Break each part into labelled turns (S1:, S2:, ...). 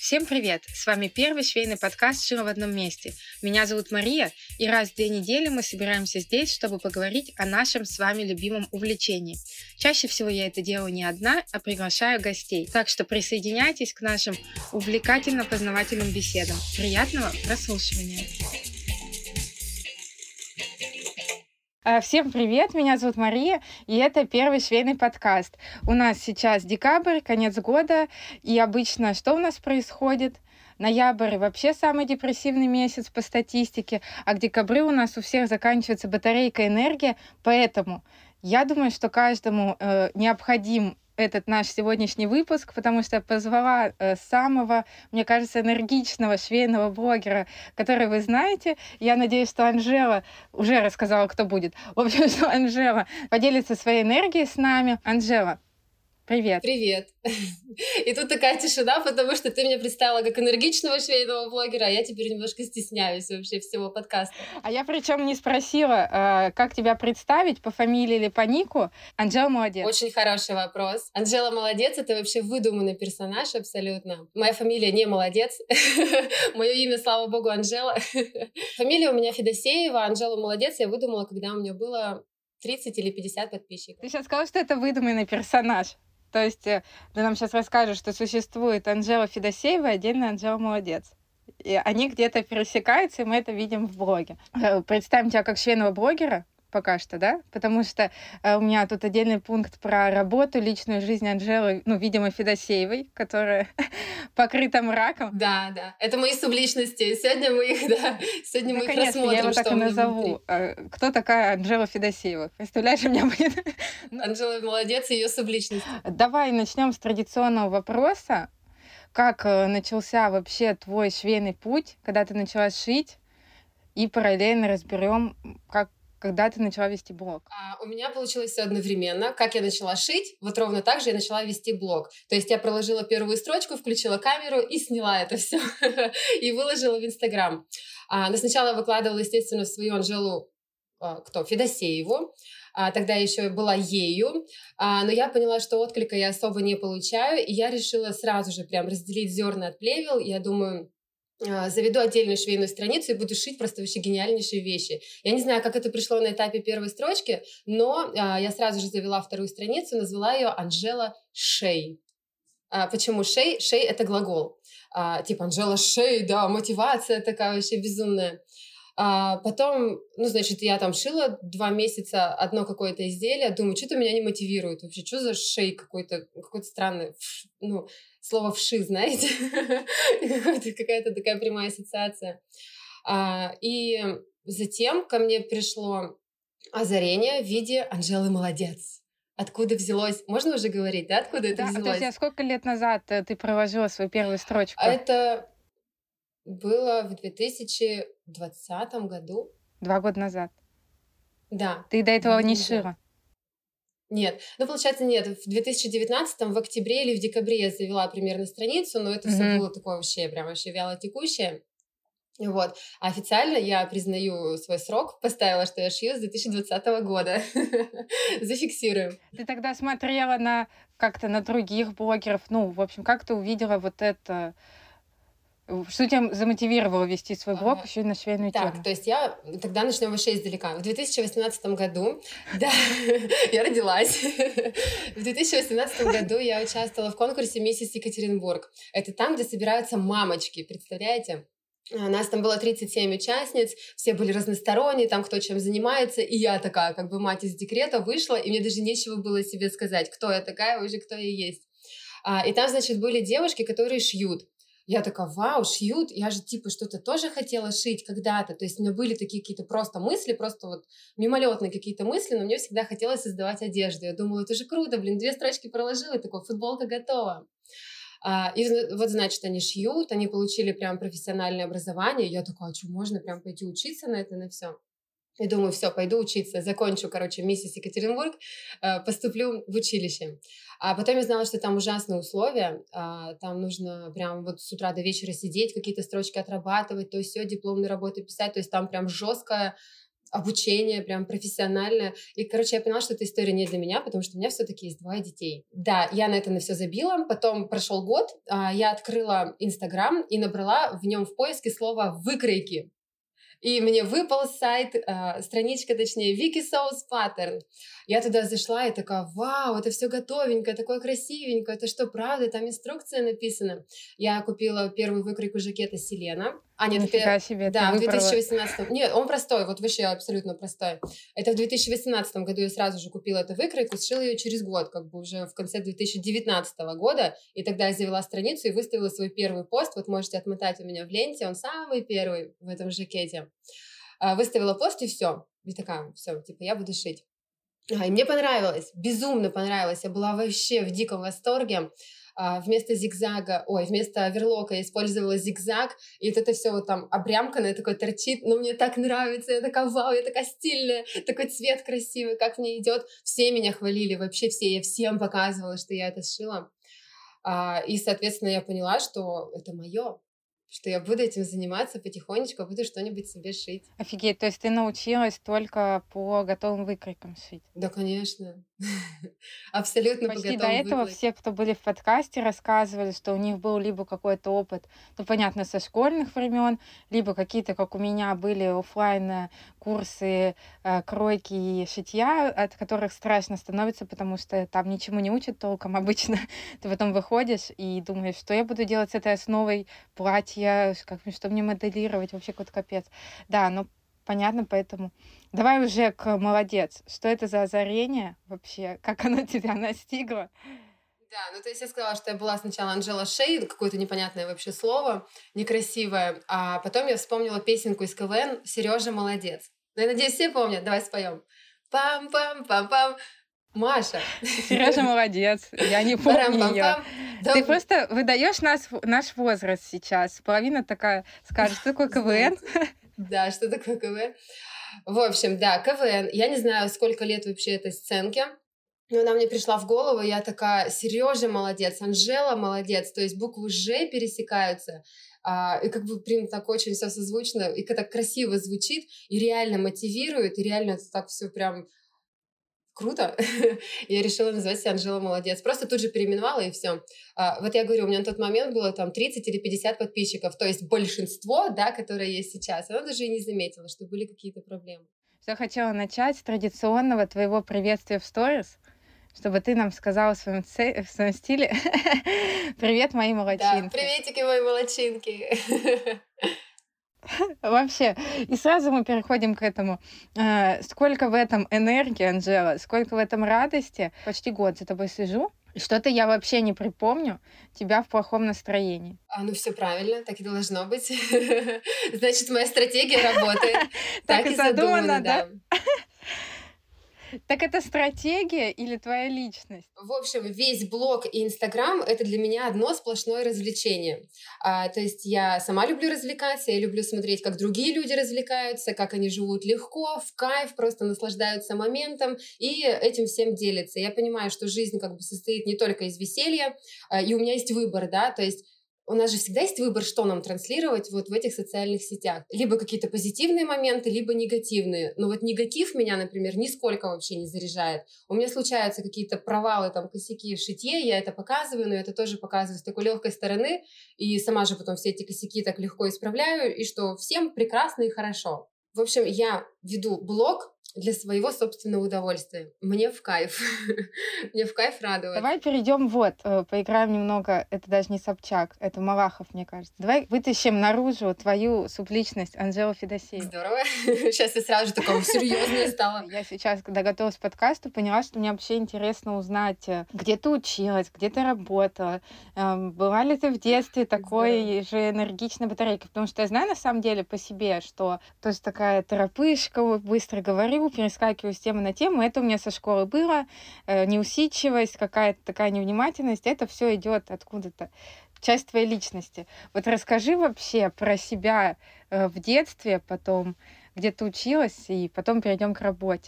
S1: Всем привет! С вами первый швейный подкаст «Шила в одном месте». Меня зовут Мария, и раз в 2 недели мы собираемся здесь, чтобы поговорить о нашем с вами любимом увлечении. Чаще всего я это делаю не одна, а приглашаю гостей. Так что присоединяйтесь к нашим увлекательно-познавательным беседам. Приятного прослушивания! Всем привет, меня зовут Мария, и это первый швейный подкаст. У нас сейчас декабрь, конец года, и обычно что у нас происходит? Ноябрь вообще самый депрессивный месяц по статистике, а к декабрю у нас у всех заканчивается батарейка энергии, поэтому я думаю, что каждому необходим этот наш сегодняшний выпуск, потому что я позвала самого, мне кажется, энергичного швейного блогера, который вы знаете. Я надеюсь, что Анжела уже рассказала, кто будет. В общем, что Анжела поделится своей энергией с нами. Анжела, привет.
S2: Привет. И тут такая тишина, потому что ты меня представила как энергичного швейного блогера, а я теперь немножко стесняюсь вообще всего подкаста.
S1: А я причем не спросила, как тебя представить, по фамилии или по нику. Анжела молодец.
S2: Очень хороший вопрос. Анжела молодец — это вообще выдуманный персонаж абсолютно. Моя фамилия не молодец. Мое имя, слава богу, Анжела. Фамилия у меня Федосеева, Анжела молодец я выдумала, когда у меня было 30 или 50 подписчиков.
S1: Ты сейчас сказала, что это выдуманный персонаж. То есть ты нам сейчас расскажешь, что существует Анжела Федосеева и отдельно Анжела Молодец. И они где-то пересекаются, и мы это видим в блоге. Представим тебя как швейного блогера пока что, да? Потому что у меня тут отдельный пункт про работу, личную жизнь Анжелы, видимо, Федосеевой, которая покрыта мраком.
S2: Да. Это мои субличности. Сегодня мы их рассмотрим.
S1: Я его так и назову. Кто такая Анжела Федосеева? Представляешь, у меня будет...
S2: Анжела молодец, ее субличность.
S1: Давай начнем с традиционного вопроса. Как начался вообще твой швейный путь, когда ты начала шить? И параллельно разберем, когда ты начала вести блог.
S2: У меня получилось все одновременно. Как я начала шить, вот ровно так же я начала вести блог. То есть я проложила первую строчку, включила камеру и сняла это все и выложила в Инстаграм. Но сначала я выкладывала, естественно, свою Анжелу Федосееву. Тогда я еще была ею, но я поняла, что отклика я особо не получаю, и я решила сразу же прям разделить зерна от плевел. Я думаю, заведу отдельную швейную страницу и буду шить просто вообще гениальнейшие вещи. Я не знаю, как это пришло на этапе первой строчки, но я сразу же завела вторую страницу, назвала ее Анжела Шей. Почему Шей? Шей — это глагол. Типа Анжела Шей, да, мотивация такая вообще безумная. Потом, я там шила 2 месяца одно какое-то изделие, думаю, что-то меня не мотивирует вообще, что за шей какой-то странный, слово «вши», знаете, какая-то такая прямая ассоциация. И затем ко мне пришло озарение в виде Анжелы молодец. Откуда взялось? Можно уже говорить, да, откуда это взялось?
S1: Подожди, а сколько лет назад ты проложила свою первую строчку?
S2: Это было в 2020 году.
S1: 2 года назад.
S2: Да.
S1: Ты до этого не шила?
S2: Нет. Получается, нет. В 2019 в октябре или в декабре я завела примерно страницу, но это все было такое вообще вяло текущее. Вот. А официально я признаю свой срок, поставила, что я шью с 2020 года. Зафиксируем.
S1: Ты тогда смотрела как-то на других блогеров? В общем, как ты увидела вот это... Что тебя замотивировало вести свой блог еще и на швейную тему?
S2: Так, то есть тогда начнем вообще издалека. В 2018 году, да, я родилась. В 2018 году я участвовала в конкурсе «Миссис Екатеринбург». Это там, где собираются мамочки, представляете? У нас там было 37 участниц, все были разносторонние, там кто чем занимается, и я такая, как бы мать из декрета, вышла, и мне даже нечего было себе сказать, кто я такая, уже кто я есть. И там, были девушки, которые шьют. Я такая, вау, шьют, я же что-то тоже хотела шить когда-то, то есть у меня были такие какие-то просто мысли, просто мимолетные какие-то мысли, но мне всегда хотелось создавать одежду. Я думала, это же круто, 2 строчки проложила, и такой, футболка готова. И они шьют, они получили прям профессиональное образование, я такая, что можно прям пойти учиться на это, на все? И думаю, все, пойду учиться, закончу, «Миссис Екатеринбург», поступлю в училище. А потом я знала, что там ужасные условия, там нужно прям с утра до вечера сидеть, какие-то строчки отрабатывать, то есть все, дипломную работу писать, то есть там прям жесткая обучение прям профессиональное. И, короче, я поняла, что эта история не для меня, потому что у меня все-таки есть 2 детей. Да, я на это на все забила. Потом прошел год, я открыла Инстаграм и набрала в нем в поиске слово «выкройки». И мне выпал сайт, страничка, точнее, Вики Соус Паттерн. Я туда зашла и такая: вау, это все готовенькое, такое красивенькое, это что, правда? Там инструкция написана. Я купила первую выкройку жакета Селена. Нет,
S1: Нифига себе,
S2: да,
S1: ты
S2: в
S1: выбрала.
S2: 2018. Нет, он простой, вот вообще абсолютно простой. Это в 2018 году я сразу же купила эту выкройку, сшила ее через год, как бы уже в конце 2019 года. И тогда я завела страницу и выставила свой первый пост. Вот можете отмотать у меня в ленте, он самый первый в этом жакете. Выставила пост и все. И такая: все, типа, я буду шить. И мне понравилось, безумно понравилось. Я была вообще в диком восторге. Вместо оверлока я использовала зигзаг, и вот это все вот там обрямканное такое торчит, но мне так нравится, я такая: вау, я такая стильная, такой цвет красивый, как мне идет. Все меня хвалили, вообще все, я всем показывала, что я это сшила. И, соответственно, я поняла, что это мое, что я буду этим заниматься потихонечку, буду что-нибудь себе шить.
S1: Офигеть, то есть ты научилась только по готовым выкройкам шить?
S2: Да, конечно. Абсолютно по
S1: Почти до
S2: готовым
S1: этого
S2: выкройкам.
S1: все, кто были в подкасте, рассказывали, что у них был либо какой-то опыт, ну, понятно, со школьных времен, либо какие-то, как у меня, были оффлайн курсы кройки и шитья, от которых страшно становится, потому что там ничему не учат толком обычно. Ты потом выходишь и думаешь, что я буду делать с этой основой платья, что мне моделировать, вообще какой-то капец. Да, ну, понятно, поэтому... Давай уже к молодец. Что это за озарение вообще? Как оно тебя настигло?
S2: Да, ну то есть я сказала, что я была сначала Анжела Шей, какое-то непонятное вообще слово, некрасивое, а потом я вспомнила песенку из КВН «Сережа молодец». Ну, я надеюсь, все помнят, давай споем. Пам-пам-пам-пам. Маша.
S1: Сережа молодец. Я не помню ее. Ты просто выдаешь наш возраст сейчас. Половина такая скажет, что такое КВН.
S2: Да, что такое КВН? В общем, да, КВН. Я не знаю, сколько лет вообще этой сценке, но она мне пришла в голову, и я такая: Сережа молодец, Анжела молодец, то есть буквы «Ж» пересекаются, и как бы, блин, так очень все созвучно, и так красиво звучит, и реально мотивирует, и реально это так все прям круто. Я решила назвать себя Анжела молодец. Просто тут же переименовала, и все. Вот я говорю, у меня на тот момент было там 30 или 50 подписчиков, то есть большинство, да, которое есть сейчас, она даже и не заметила, что были какие-то проблемы.
S1: Я хотела начать с традиционного твоего приветствия в сторис, чтобы ты нам сказала в своем стиле «Привет, мои молодчинки».
S2: Да, приветики, мои молодчинки.
S1: Вообще, и сразу мы переходим к этому. Сколько в этом энергии, Анжела, сколько в этом радости. Почти год за тобой слежу. Что-то я вообще не припомню тебя в плохом настроении.
S2: Ну все правильно, так и должно быть. Значит, моя стратегия работает.
S1: Так и задумано, да? Так это стратегия или твоя личность?
S2: В общем, весь блог и Инстаграм — это для меня одно сплошное развлечение. То есть я сама люблю развлекаться, я люблю смотреть, как другие люди развлекаются, как они живут легко, в кайф, просто наслаждаются моментом и этим всем делятся. Я понимаю, что жизнь как бы состоит не только из веселья, и у меня есть выбор, да, то есть у нас же всегда есть выбор, что нам транслировать вот в этих социальных сетях. Либо какие-то позитивные моменты, либо негативные. Но вот негатив меня, например, нисколько вообще не заряжает. У меня случаются какие-то провалы, там, косяки в шитье, я это показываю, но это тоже показываю с такой легкой стороны. И сама же потом все эти косяки так легко исправляю, и что всем прекрасно и хорошо. В общем, я веду блог для своего собственного удовольствия. Мне в кайф. Мне в кайф радовать.
S1: Давай перейдем поиграем немного. Это даже не Собчак, это Малахов, мне кажется. Давай вытащим наружу твою субличность Анжелы Федосеевой.
S2: Здорово. Сейчас я сразу же такого серьезная стала.
S1: Я сейчас, когда готовилась к подкасту, поняла, что мне вообще интересно узнать, где ты училась, где ты работала, была ли ты в детстве такой же энергичной батарейкой, потому что я знаю на самом деле по себе, что тоже такая торопышка, быстро говорю, перескакиваю с темы на тему. Это у меня со школы было. Неусидчивость, какая-то такая невнимательность. Это все идет откуда-то. Часть твоей личности. Вот расскажи вообще про себя в детстве, потом, где ты училась, и потом перейдем к работе.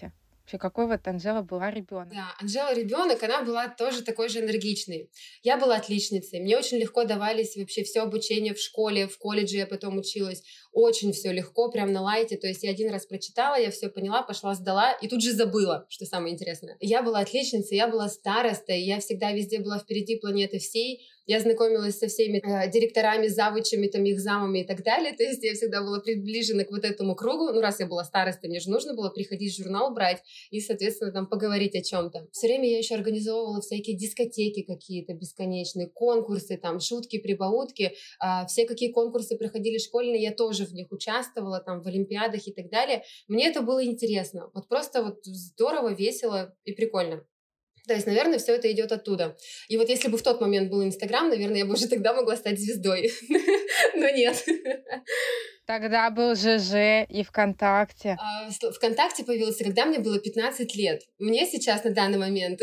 S1: Вообще, какой вот Анжела была ребенок?
S2: Да, Анжела ребенок, она была тоже такой же энергичной. Я была отличницей, мне очень легко давались вообще все обучение в школе, в колледже я потом училась. Очень все легко, прям на лайте. То есть я один раз прочитала, я все поняла, пошла, сдала и тут же забыла, что самое интересное. Я была отличницей, я была старостой, я всегда везде была впереди планеты всей. Я знакомилась со всеми директорами, завучами, там, их замами и так далее. То есть я всегда была приближена к вот этому кругу. Ну, раз я была старостой, мне же нужно было приходить в журнал брать и, соответственно, там поговорить о чем-то. Все время я еще организовывала всякие дискотеки какие-то бесконечные, конкурсы, там, шутки, прибаутки. Все, какие конкурсы проходили школьные, я тоже в них участвовала, там, в олимпиадах и так далее. Мне это было интересно. Вот просто вот здорово, весело и прикольно. То есть, наверное, все это идет оттуда. И вот если бы в тот момент был Инстаграм, наверное, я бы уже тогда могла стать звездой. Но нет.
S1: Тогда был ЖЖ и ВКонтакте.
S2: ВКонтакте появился, когда мне было 15 лет. Мне сейчас на данный момент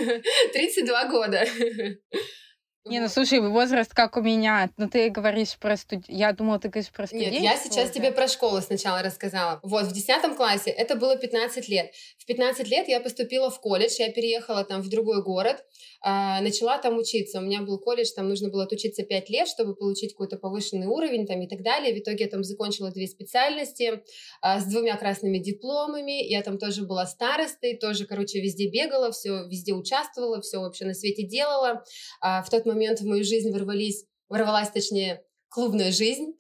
S2: 32 года.
S1: Не, ну слушай, возраст как у меня. Ну ты говоришь про Я думала, ты говоришь про студенчество.
S2: Нет, я сейчас тебе про школу сначала рассказала. Вот, в 10 классе это было 15 лет. В 15 лет я поступила в колледж, я переехала там в другой город, начала там учиться. У меня был колледж, там нужно было отучиться 5 лет, чтобы получить какой-то повышенный уровень там и так далее. В итоге я там закончила 2 специальности с 2 красными дипломами. Я там тоже была старостой, тоже, короче, везде бегала, все везде участвовала, все вообще на свете делала. В тот момент в мою жизнь ворвалась, точнее, клубная жизнь.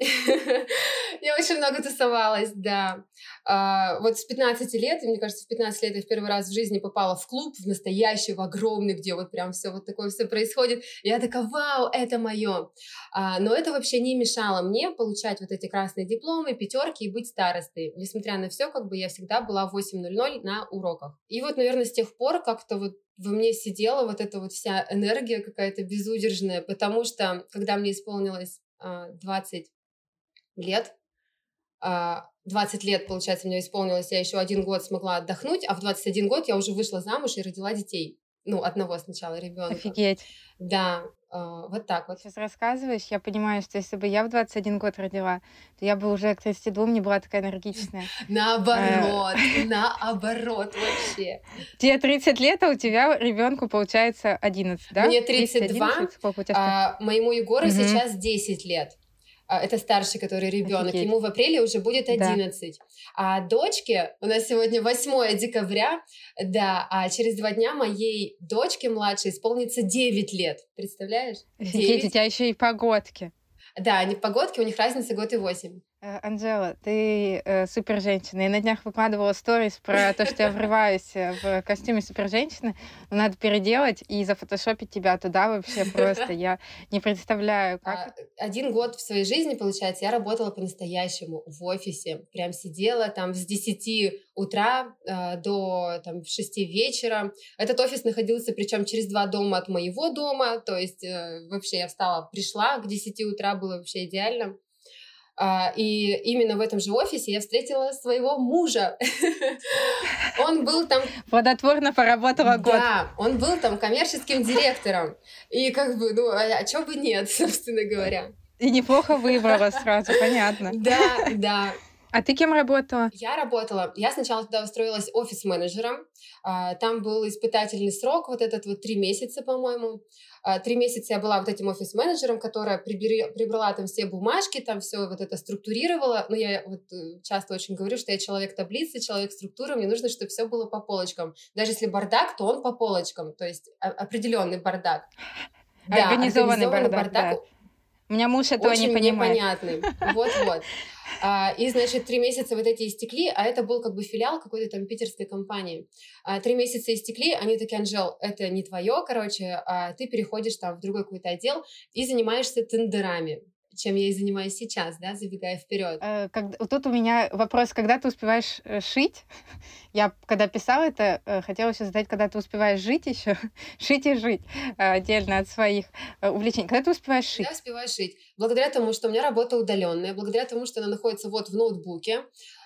S2: Я очень много тусовалась, да. Вот с 15 лет, и мне кажется, в 15 лет я в первый раз в жизни попала в клуб, в настоящий, в огромный, где вот прям все вот такое все происходит. И я такая, вау, это мое. Но это вообще не мешало мне получать вот эти красные дипломы, пятерки и быть старостой. Несмотря на все, как бы я всегда была в 8:00 на уроках. И вот, наверное, с тех пор как-то вот во мне сидела вот эта вот вся энергия какая-то безудержная, потому что, когда мне исполнилось 20 лет, 20 лет, получается, мне исполнилось, я еще 1 год смогла отдохнуть, а в 21 год я уже вышла замуж и родила детей. Ну, одного сначала ребенка.
S1: Офигеть.
S2: Да, вот так вот.
S1: Сейчас рассказываешь, я понимаю, что если бы я в 21 год родила, то я бы уже к 32 не была такая энергичная.
S2: Наоборот вообще.
S1: Тебе 30 лет, а у тебя ребенку получается 11, да?
S2: Мне 32,
S1: 11, сколько у тебя?
S2: Моему Егору сейчас 10 лет. Это старший, который ребенок. Ему в апреле уже будет 11. Да. А дочке, у нас сегодня 8 декабря, да, а через 2 дня моей дочке младшей исполнится 9 лет. Представляешь?
S1: Офигеть, у тебя еще и погодки.
S2: Да, они погодки, у них разница 1 и 8.
S1: Анжела, ты супер женщина. Я на днях выкладывала сторис про то, что я врываюсь в костюме супер женщины. Но надо переделать и зафотошопить тебя туда вообще просто. Я не представляю, как.
S2: 1 год в своей жизни, получается, я работала по-настоящему в офисе. Прям сидела там с 10 утра до там, 6 вечера. Этот офис находился причем через 2 дома от моего дома. То есть вообще я встала, пришла к 10 утра, было вообще идеально. И именно в этом же офисе я встретила своего мужа. Он был там...
S1: Плодотворно поработала год.
S2: Да, он был там коммерческим директором. И как бы, ну, а чё бы нет, собственно говоря.
S1: И неплохо выбрала сразу, понятно.
S2: Да.
S1: А ты кем работала?
S2: Я сначала туда устроилась офис-менеджером. Там был испытательный срок, вот этот вот 3 месяца, по-моему. 3 месяца я была вот этим офис-менеджером, которая прибрала там все бумажки, там все вот это структурировала. Но я вот часто очень говорю, что я человек таблицы, человек структуры, мне нужно, чтобы все было по полочкам. Даже если бардак, то он по полочкам, то есть определенный бардак.
S1: Организованный бардак, да. У меня муж этого не понимает.
S2: Очень непонятный. Вот-вот. И, значит, 3 месяца вот эти истекли, а это был как бы филиал какой-то там питерской компании. 3 месяца истекли, они такие, Анжел, это не твое, короче, ты переходишь там в другой какой-то отдел и занимаешься тендерами, чем я и занимаюсь сейчас, да, забегая вперед.
S1: Тут у меня вопрос, когда ты успеваешь шить? Я, когда писала это, хотела еще задать, когда ты успеваешь жить еще, шить и жить отдельно от своих увлечений. Когда ты успеваешь шить?
S2: Я успеваю шить. Благодаря тому, что у меня работа удаленная, благодаря тому, что она находится вот в ноутбуке,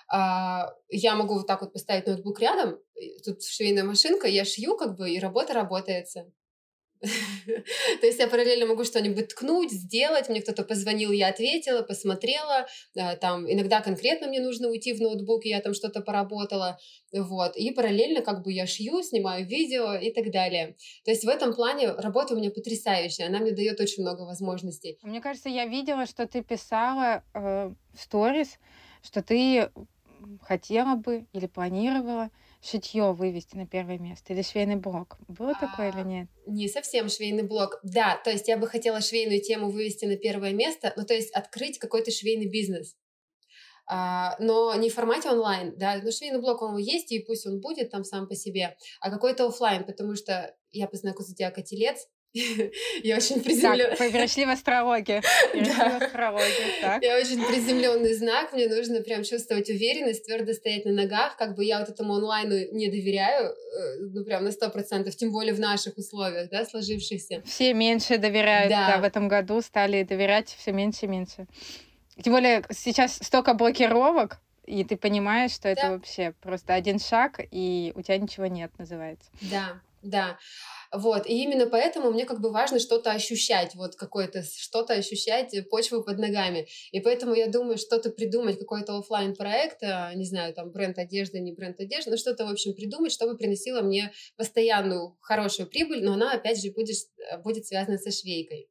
S2: я могу вот так вот поставить ноутбук рядом, тут швейная машинка, я шью как бы, и работа работается. То есть я параллельно могу что-нибудь ткнуть, сделать, мне кто-то позвонил, я ответила, посмотрела, там иногда конкретно мне нужно уйти в ноутбук, и я там что-то поработала, вот, и параллельно как бы я шью, снимаю видео и так далее. То есть в этом плане работа у меня потрясающая, она мне дает очень много возможностей.
S1: Мне кажется, я видела, что ты писала в сторис, что ты хотела бы или планировала шитье вывести на первое место или швейный блок. Было такое или нет?
S2: Не совсем швейный блог. Да, то есть я бы хотела швейную тему вывести на первое место, ну то есть открыть какой-то швейный бизнес. Но не в формате онлайн, да, но швейный блог, он есть, и пусть он будет там сам по себе, а какой-то офлайн, потому что я по знаку зодиака Телец, я очень приземленная.
S1: Так, перешли в астрологию. Так.
S2: Я очень приземленный знак, мне нужно прям чувствовать уверенность, твердо стоять на ногах, как бы я вот этому онлайну не доверяю, ну прям на 100%, тем более в наших условиях, да, сложившихся.
S1: Все меньше доверяют, да, в этом году стали доверять все меньше и меньше. Тем более сейчас столько блокировок, и ты понимаешь, что это вообще просто один шаг, и у тебя ничего нет, называется.
S2: Да. Вот, и именно поэтому мне как бы важно что-то ощущать, вот какое-то что-то ощущать, почву под ногами. И поэтому я думаю, что-то придумать, какой-то офлайн проект, не знаю, там бренд одежды, не бренд одежды, но что-то, в общем, придумать, чтобы приносило мне постоянную хорошую прибыль, но она, опять же, будет связана со швейкой.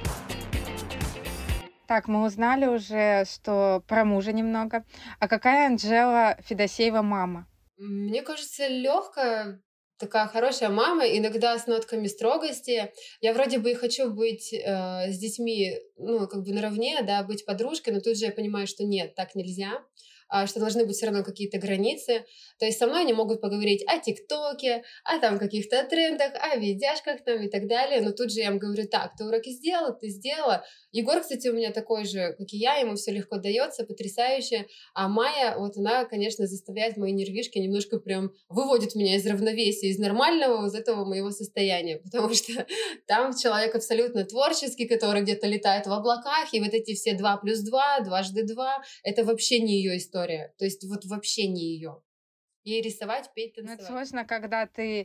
S1: Так, мы узнали уже, что про мужа немного. А какая Анжела Федосеева мама?
S2: Мне кажется, легкая, такая хорошая мама, иногда с нотками строгости. Я вроде бы и хочу быть с детьми, ну, как бы наравне, да, быть подружкой, но тут же я понимаю, что нет, так нельзя, что должны быть все равно какие-то границы. То есть со мной они могут поговорить о ТикТоке, о там каких-то трендах, о видяшках там и так далее, но тут же я им говорю: так, ты уроки сделала, ты сделала. Егор, кстати, у меня такой же, как и я, ему все легко дается, потрясающе. А Майя, вот она, конечно, заставляет мои нервишки немножко прям, выводит меня из равновесия, из нормального вот этого моего состояния, потому что там человек абсолютно творческий, который где-то летает в облаках, и вот эти все 2+2, 2×2, это вообще не ее история. То есть вот вообще не ее. Ей рисовать, петь,
S1: Ну, это
S2: танцевать.
S1: сложно, когда ты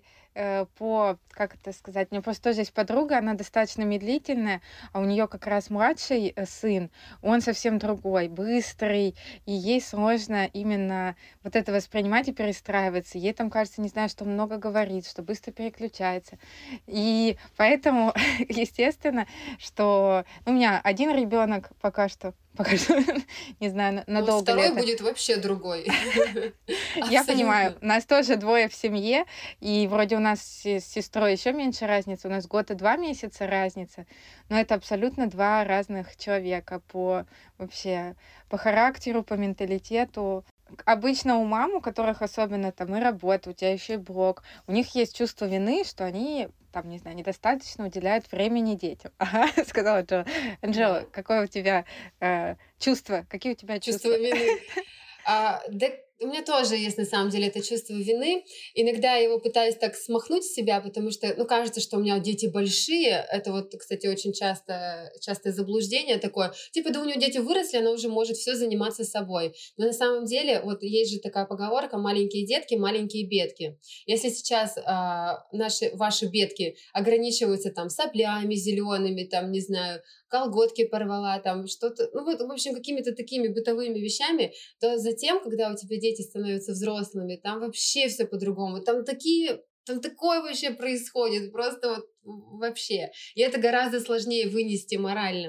S1: как это сказать, у меня просто тоже есть подруга, она достаточно медлительная, а у нее как раз младший сын, он совсем другой, быстрый, и ей сложно именно вот это воспринимать и перестраиваться. Ей там кажется, не знаю, что много говорит, что быстро переключается. И поэтому, естественно, что у меня один ребенок пока что, не знаю, надолго ли
S2: второй
S1: это.
S2: будет вообще другой.
S1: Я понимаю, нас тоже двое в семье, и вроде у нас с сестрой еще меньше разницы, у нас год и 2 месяца разница, но это абсолютно два разных человека вообще по характеру, по менталитету. Обычно у мам, у которых особенно там и работа, у тебя еще и блог, у них есть чувство вины, что они там, не знаю, недостаточно уделяют времени детям. Ага, сказала Джо. Анжела, какое у тебя чувство? Какие у тебя чувства?
S2: Чувство вины. Да, у меня тоже есть, на самом деле, это чувство вины. Иногда я его пытаюсь так смахнуть с себя, потому что, ну, кажется, что у меня дети большие. Это вот, кстати, очень частое заблуждение такое. Типа, да у нее дети выросли, она уже может все заниматься собой. Но на самом деле, вот есть же такая поговорка: маленькие детки, маленькие бедки. Если сейчас ваши бедки ограничиваются там соплями зелеными, там, не знаю, колготки порвала, там что-то, ну вот, в общем, какими-то такими бытовыми вещами, то затем, когда у тебя дети становятся взрослыми, там вообще все по-другому, там такое вообще происходит, просто вот вообще. И это гораздо сложнее вынести морально.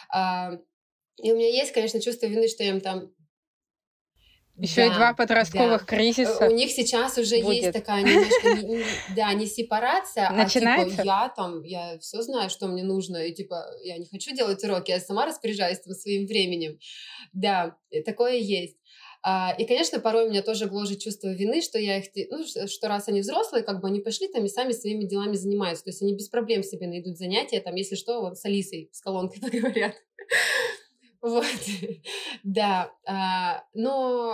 S2: И у меня есть, конечно, чувство вины, что я им там...
S1: Еще и 2 подростковых кризиса.
S2: У них сейчас уже есть такая немножко, не сепарация,
S1: Начинается?
S2: а типа я все знаю, что мне нужно, и типа я не хочу делать уроки, я сама распоряжаюсь своим временем. Да, такое есть. И, конечно, порой меня тоже гложет чувство вины, что я их, ну, что раз они взрослые, как бы они пошли там и сами своими делами занимаются. То есть они без проблем себе найдут занятия, там, если что, вот с Алисой, с колонкой поговорят. Вот, да. Но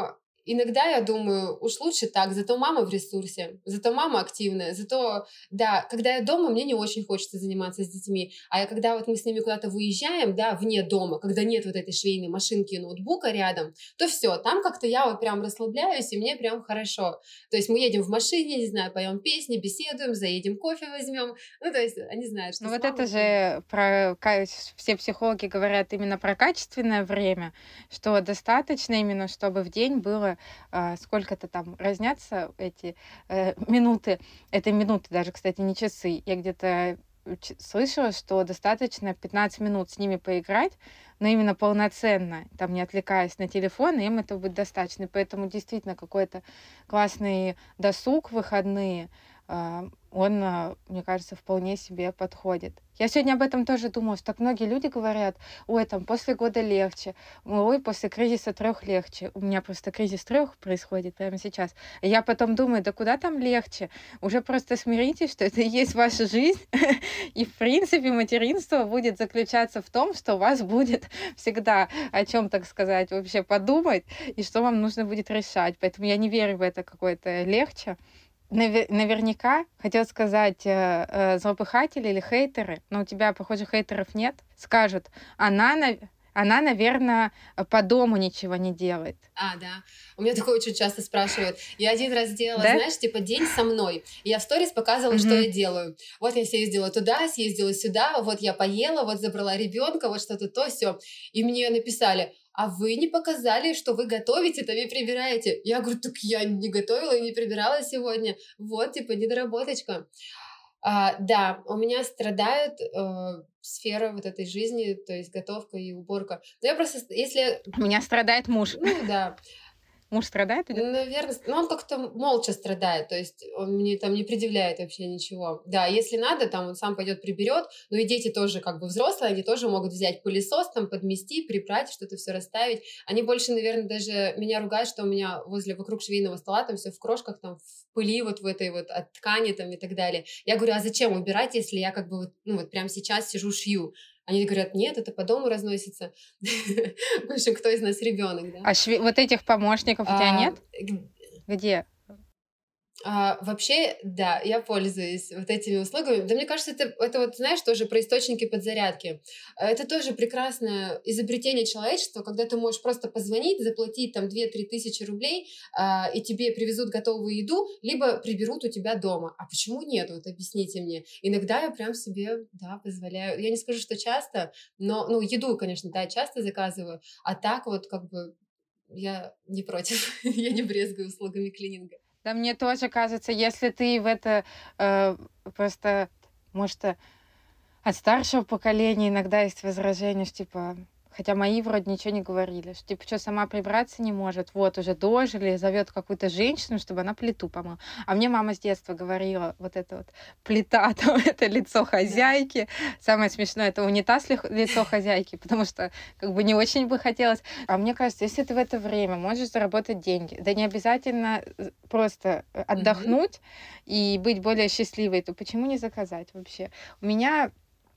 S2: иногда я думаю, уж лучше так, зато мама в ресурсе, зато мама активная, зато, да, когда я дома, мне не очень хочется заниматься с детьми, когда вот мы с ними куда-то выезжаем, да, вне дома, когда нет вот этой швейной машинки и ноутбука рядом, то все, там как-то я вот прям расслабляюсь, и мне прям хорошо. То есть мы едем в машине, не знаю, поем песни, беседуем, заедем кофе возьмем, ну, то есть они знают, что
S1: Ну
S2: с
S1: вот
S2: мамой...
S1: это же все психологи говорят именно про качественное время, что достаточно именно, чтобы в день было сколько-то там разнятся эти минуты. Это минуты даже, кстати, не часы. Я где-то слышала, что достаточно 15 минут с ними поиграть, но именно полноценно, там не отвлекаясь на телефон, и им этого будет достаточно. Поэтому действительно какой-то классный досуг, выходные, он, мне кажется, вполне себе подходит. Я сегодня об этом тоже думала, что так многие люди говорят, ой, там после года легче, ой, после кризиса 3 легче. У меня просто кризис 3 происходит прямо сейчас. И я потом думаю, да куда там легче? Уже просто смиритесь, что это и есть ваша жизнь. И, в принципе, материнство будет заключаться в том, что у вас будет всегда о чем, так сказать, вообще подумать, и что вам нужно будет решать. Поэтому я не верю в это какое-то легче. Наверняка, хотел сказать, злопыхатели или хейтеры, но у тебя, похоже, хейтеров нет, скажут, она, наверное, по дому ничего не делает.
S2: Да. У меня такое очень часто спрашивают. Я один раз делала,
S1: Да?
S2: знаешь, типа день со мной. И я в сторис показывала, что я делаю. Вот я съездила туда, съездила сюда, вот я поела, вот забрала ребенка, вот что-то то, все. И мне написали, а вы не показали, что вы готовите, там и прибираете. Я говорю, так я не готовила и не прибирала сегодня. Вот, типа, недоработочка. Да, у меня страдает сфера вот этой жизни, то есть готовка и уборка. Но я просто, если...
S1: У меня страдает муж.
S2: Ну, да.
S1: Муж страдает?
S2: Наверное, но он как-то молча страдает, то есть он мне там не предъявляет вообще ничего. Да, если надо, там он сам пойдет приберет, но и дети тоже как бы взрослые, они тоже могут взять пылесос, там подмести, прибрать, что-то все расставить. Они больше, наверное, даже меня ругают, что у меня вокруг швейного стола там все в крошках, там в пыли вот в этой вот от ткани там и так далее. Я говорю, а зачем убирать, если я как бы вот прямо сейчас сижу шью? Они говорят, нет, это по дому разносится. В общем, кто из нас ребенок, да?
S1: А вот этих помощников у тебя нет? Где?
S2: Вообще, да, я пользуюсь вот этими услугами. Да, мне кажется, это вот, знаешь, тоже про источники подзарядки. Это тоже прекрасное изобретение человечества, когда ты можешь просто позвонить, заплатить там 2-3 тысячи рублей, и тебе привезут готовую еду, либо приберут у тебя дома. А почему нет? Вот объясните мне. Иногда я прям себе, да, позволяю. Я не скажу, что часто, но, еду, конечно, да, часто заказываю, а так вот как бы я не против. Я не брезгую услугами клининга.
S1: Да мне тоже кажется, если ты в это просто, может, от старшего поколения иногда есть возражения, что типа, хотя мои вроде ничего не говорили, что типа, что сама прибраться не может, вот уже дожили, зовет какую-то женщину, чтобы она плиту помыла. А мне мама с детства говорила, вот это вот плита, там, это лицо хозяйки. Самое смешное, это унитаз лицо хозяйки, потому что как бы не очень бы хотелось. А мне кажется, если ты в это время можешь заработать деньги, да не обязательно просто отдохнуть и быть более счастливой, то почему не заказать вообще? У меня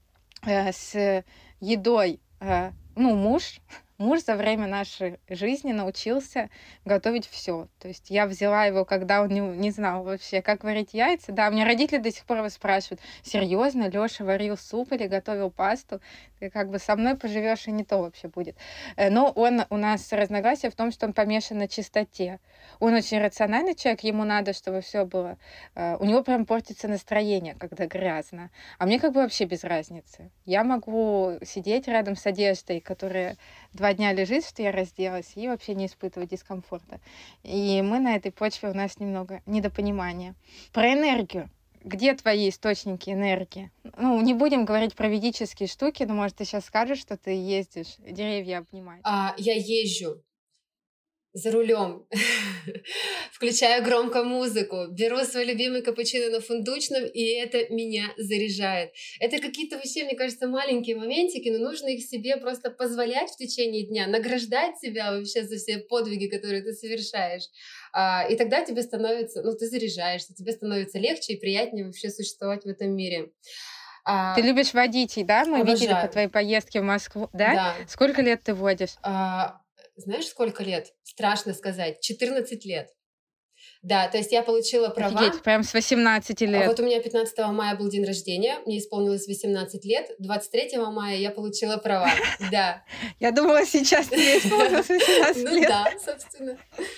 S1: с едой, муж за время нашей жизни научился готовить все. То есть я взяла его, когда он не знал вообще, как варить яйца. Да, у меня родители до сих пор спрашивают, серьезно, Лёша варил суп или готовил пасту? Ты как бы со мной поживешь, и не то вообще будет. Но у нас разногласие в том, что он помешан на чистоте. Он очень рациональный человек, ему надо, чтобы все было. У него прям портится настроение, когда грязно. А мне как бы вообще без разницы. Я могу сидеть рядом с одеждой, которая 2 дня лежит, что я разделась, и вообще не испытывать дискомфорта. И мы на этой почве, у нас немного недопонимания. Про энергию. Где твои источники энергии? Не будем говорить про ведические штуки, но, может, ты сейчас скажешь, что ты ездишь деревья обнимать.
S2: Я езжу за рулем, включаю громко музыку, беру свой любимый капучино на фундучном, и это меня заряжает. Это какие-то вообще, мне кажется, маленькие моментики, но нужно их себе просто позволять в течение дня, награждать себя вообще за все подвиги, которые ты совершаешь. И тогда тебе становится, ты заряжаешься, тебе становится легче и приятнее вообще существовать в этом мире.
S1: Ты любишь водить, да? Мы
S2: Обожаю.
S1: видели по твоей поездке в Москву, да?
S2: Да.
S1: Сколько лет ты водишь?
S2: знаешь, сколько лет? Страшно сказать. 14 лет. Да, то есть я получила права.
S1: Офигеть, прям с 18 лет.
S2: Вот у меня 15 мая был день рождения, мне исполнилось 18 лет, 23 мая я получила права, да.
S1: Я думала, сейчас тебе исполнилось 18 лет.
S2: Ну да, собственно.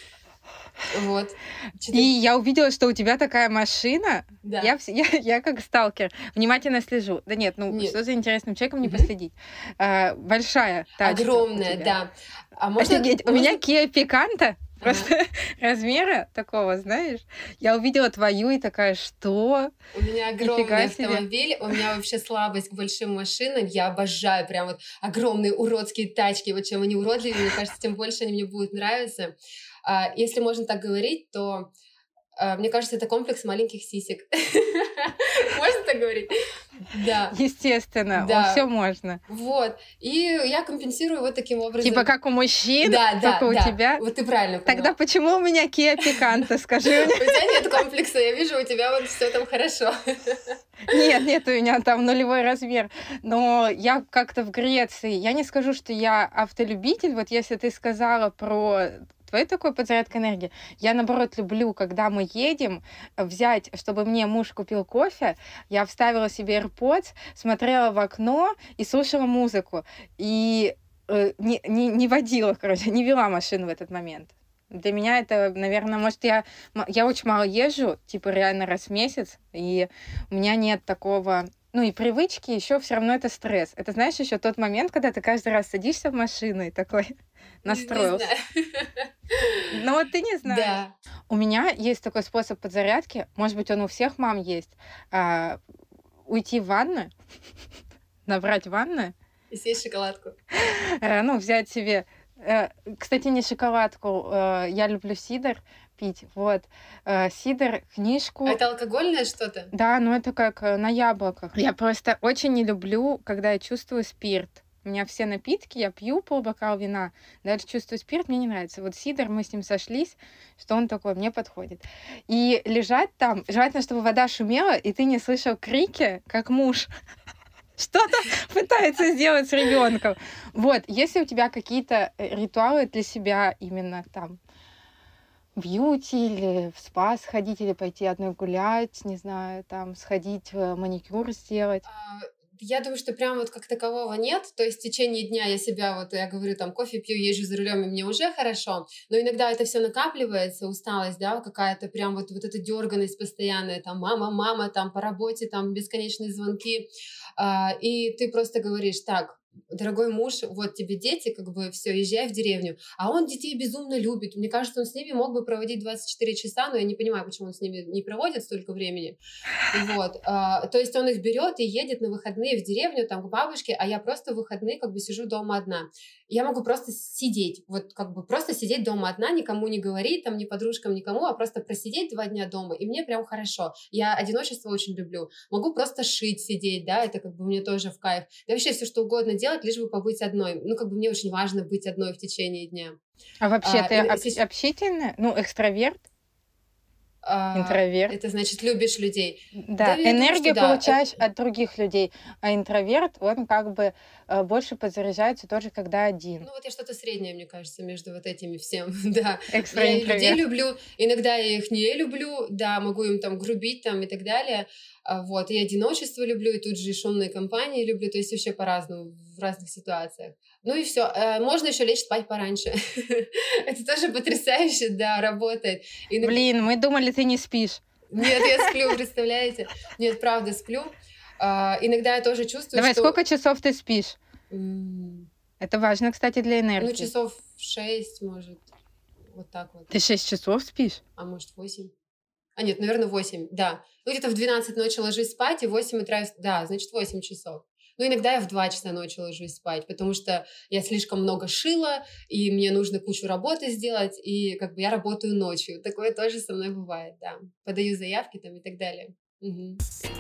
S2: Вот.
S1: И я увидела, что у тебя такая машина.
S2: Да.
S1: Я как сталкер внимательно слежу. Да нет, что за интересным человеком не последить. Большая тачка.
S2: Огромная, да.
S1: Офигеть, у меня Kia Picanto. Просто размера такого, знаешь. Я увидела твою и такая, что?
S2: У меня огромный автомобиль, у меня вообще слабость к большим машинам. Я обожаю прям вот огромные уродские тачки. Вот чем они уродливее, мне кажется, тем больше они мне будут нравиться. Если можно так говорить, то мне кажется, это комплекс маленьких сисек. Можно так говорить? Да.
S1: Естественно, все можно.
S2: Вот. И я компенсирую вот таким образом.
S1: Типа как у мужчин, только у тебя?
S2: Вот ты правильно поняла.
S1: Тогда почему у меня Kia Picanto, скажи мне?
S2: У тебя нет комплекса, я вижу, у тебя вот все там хорошо.
S1: Нет, у меня там нулевой размер. Но я как-то в Греции, я не скажу, что я автолюбитель, вот если ты сказала про твой такой подзарядка энергии. Я, наоборот, люблю, когда мы едем, взять, чтобы мне муж купил кофе, я вставила себе AirPods, смотрела в окно и слушала музыку. И не водила, короче, не вела машину в этот момент. Для меня это, наверное, может, я очень мало езжу, типа реально раз в месяц, и у меня нет такого... Ну и привычки еще все равно это стресс. Это, знаешь, еще тот момент, когда ты каждый раз садишься в машину и такой настроился. Ну вот ты не знаешь.
S2: Да.
S1: У меня есть такой способ подзарядки, может быть, он у всех мам есть. Уйти в ванную, набрать ванную.
S2: И съесть шоколадку.
S1: Ну, взять себе... Кстати, не шоколадку. Я люблю сидр пить. Вот. Сидр, книжку.
S2: Это алкогольное что-то?
S1: Да, но это как на яблоках. Я просто очень не люблю, когда я чувствую спирт. У меня все напитки, я пью полбокала вина, дальше чувствую спирт, мне не нравится. Вот сидр, мы с ним сошлись, что он такой, мне подходит. И лежать там, желательно, чтобы вода шумела, и ты не слышал крики, как муж что-то пытается сделать с ребенком. Вот, если у тебя какие-то ритуалы для себя именно там бьюти или в спа сходить, или пойти одной гулять, не знаю, там сходить маникюр сделать.
S2: Я думаю, что прям вот как такового нет. То есть в течение дня я говорю, там, кофе пью, езжу за рулем, и мне уже хорошо. Но иногда это все накапливается, усталость, да, какая-то прям вот эта дерганность постоянная, там, мама, там, по работе, там, бесконечные звонки. И ты просто говоришь, так, дорогой муж, вот тебе дети, как бы все, езжай в деревню. А он детей безумно любит. Мне кажется, он с ними мог бы проводить 24 часа, но я не понимаю, почему он с ними не проводит столько времени. Вот. То есть он их берет и едет на выходные в деревню, там, к бабушке, а я просто в выходные как бы сижу дома одна. Я могу просто сидеть, вот как бы просто сидеть дома одна, никому не говорить, там, ни подружкам, никому, а просто просидеть 2 дня дома, и мне прям хорошо. Я одиночество очень люблю. Могу просто шить, сидеть, да, это как бы мне тоже в кайф. Да вообще все, что угодно делать, лишь бы побыть одной. Ну, как бы мне очень важно быть одной в течение дня.
S1: А вообще ты общительная? Ну, экстраверт? Интроверт.
S2: Это значит, любишь людей.
S1: Да, энергию получаешь от других людей. А интроверт, он как бы больше подзаряжается тоже, когда один.
S2: Ну вот я что-то среднее, мне кажется, между вот этими всем. Да.
S1: Я
S2: людей люблю, иногда я их не люблю, да, могу им там грубить там и так далее. Вот, и одиночество люблю, и тут же и шумные компании люблю, то есть вообще по-разному, в разных ситуациях. Ну и все. Можно еще лечь спать пораньше. Это тоже потрясающе, да, работает.
S1: Блин, мы думали, ты не спишь.
S2: Нет, я сплю, представляете? Нет, правда, сплю. Иногда я тоже чувствую,
S1: Давай,
S2: что...
S1: сколько часов ты спишь? Это важно, кстати, для энергии.
S2: Ну, часов 6, может, вот так вот.
S1: Ты 6 часов спишь?
S2: А может, 8? Нет, наверное, 8, да. Ну, где-то в 12 ночи ложусь спать, и в 8 утра... Да, значит, 8 часов. Ну, иногда я в 2 часа ночи ложусь спать, потому что я слишком много шила, и мне нужно кучу работы сделать, и как бы я работаю ночью. Такое тоже со мной бывает, да. Подаю заявки там и так далее. Угу.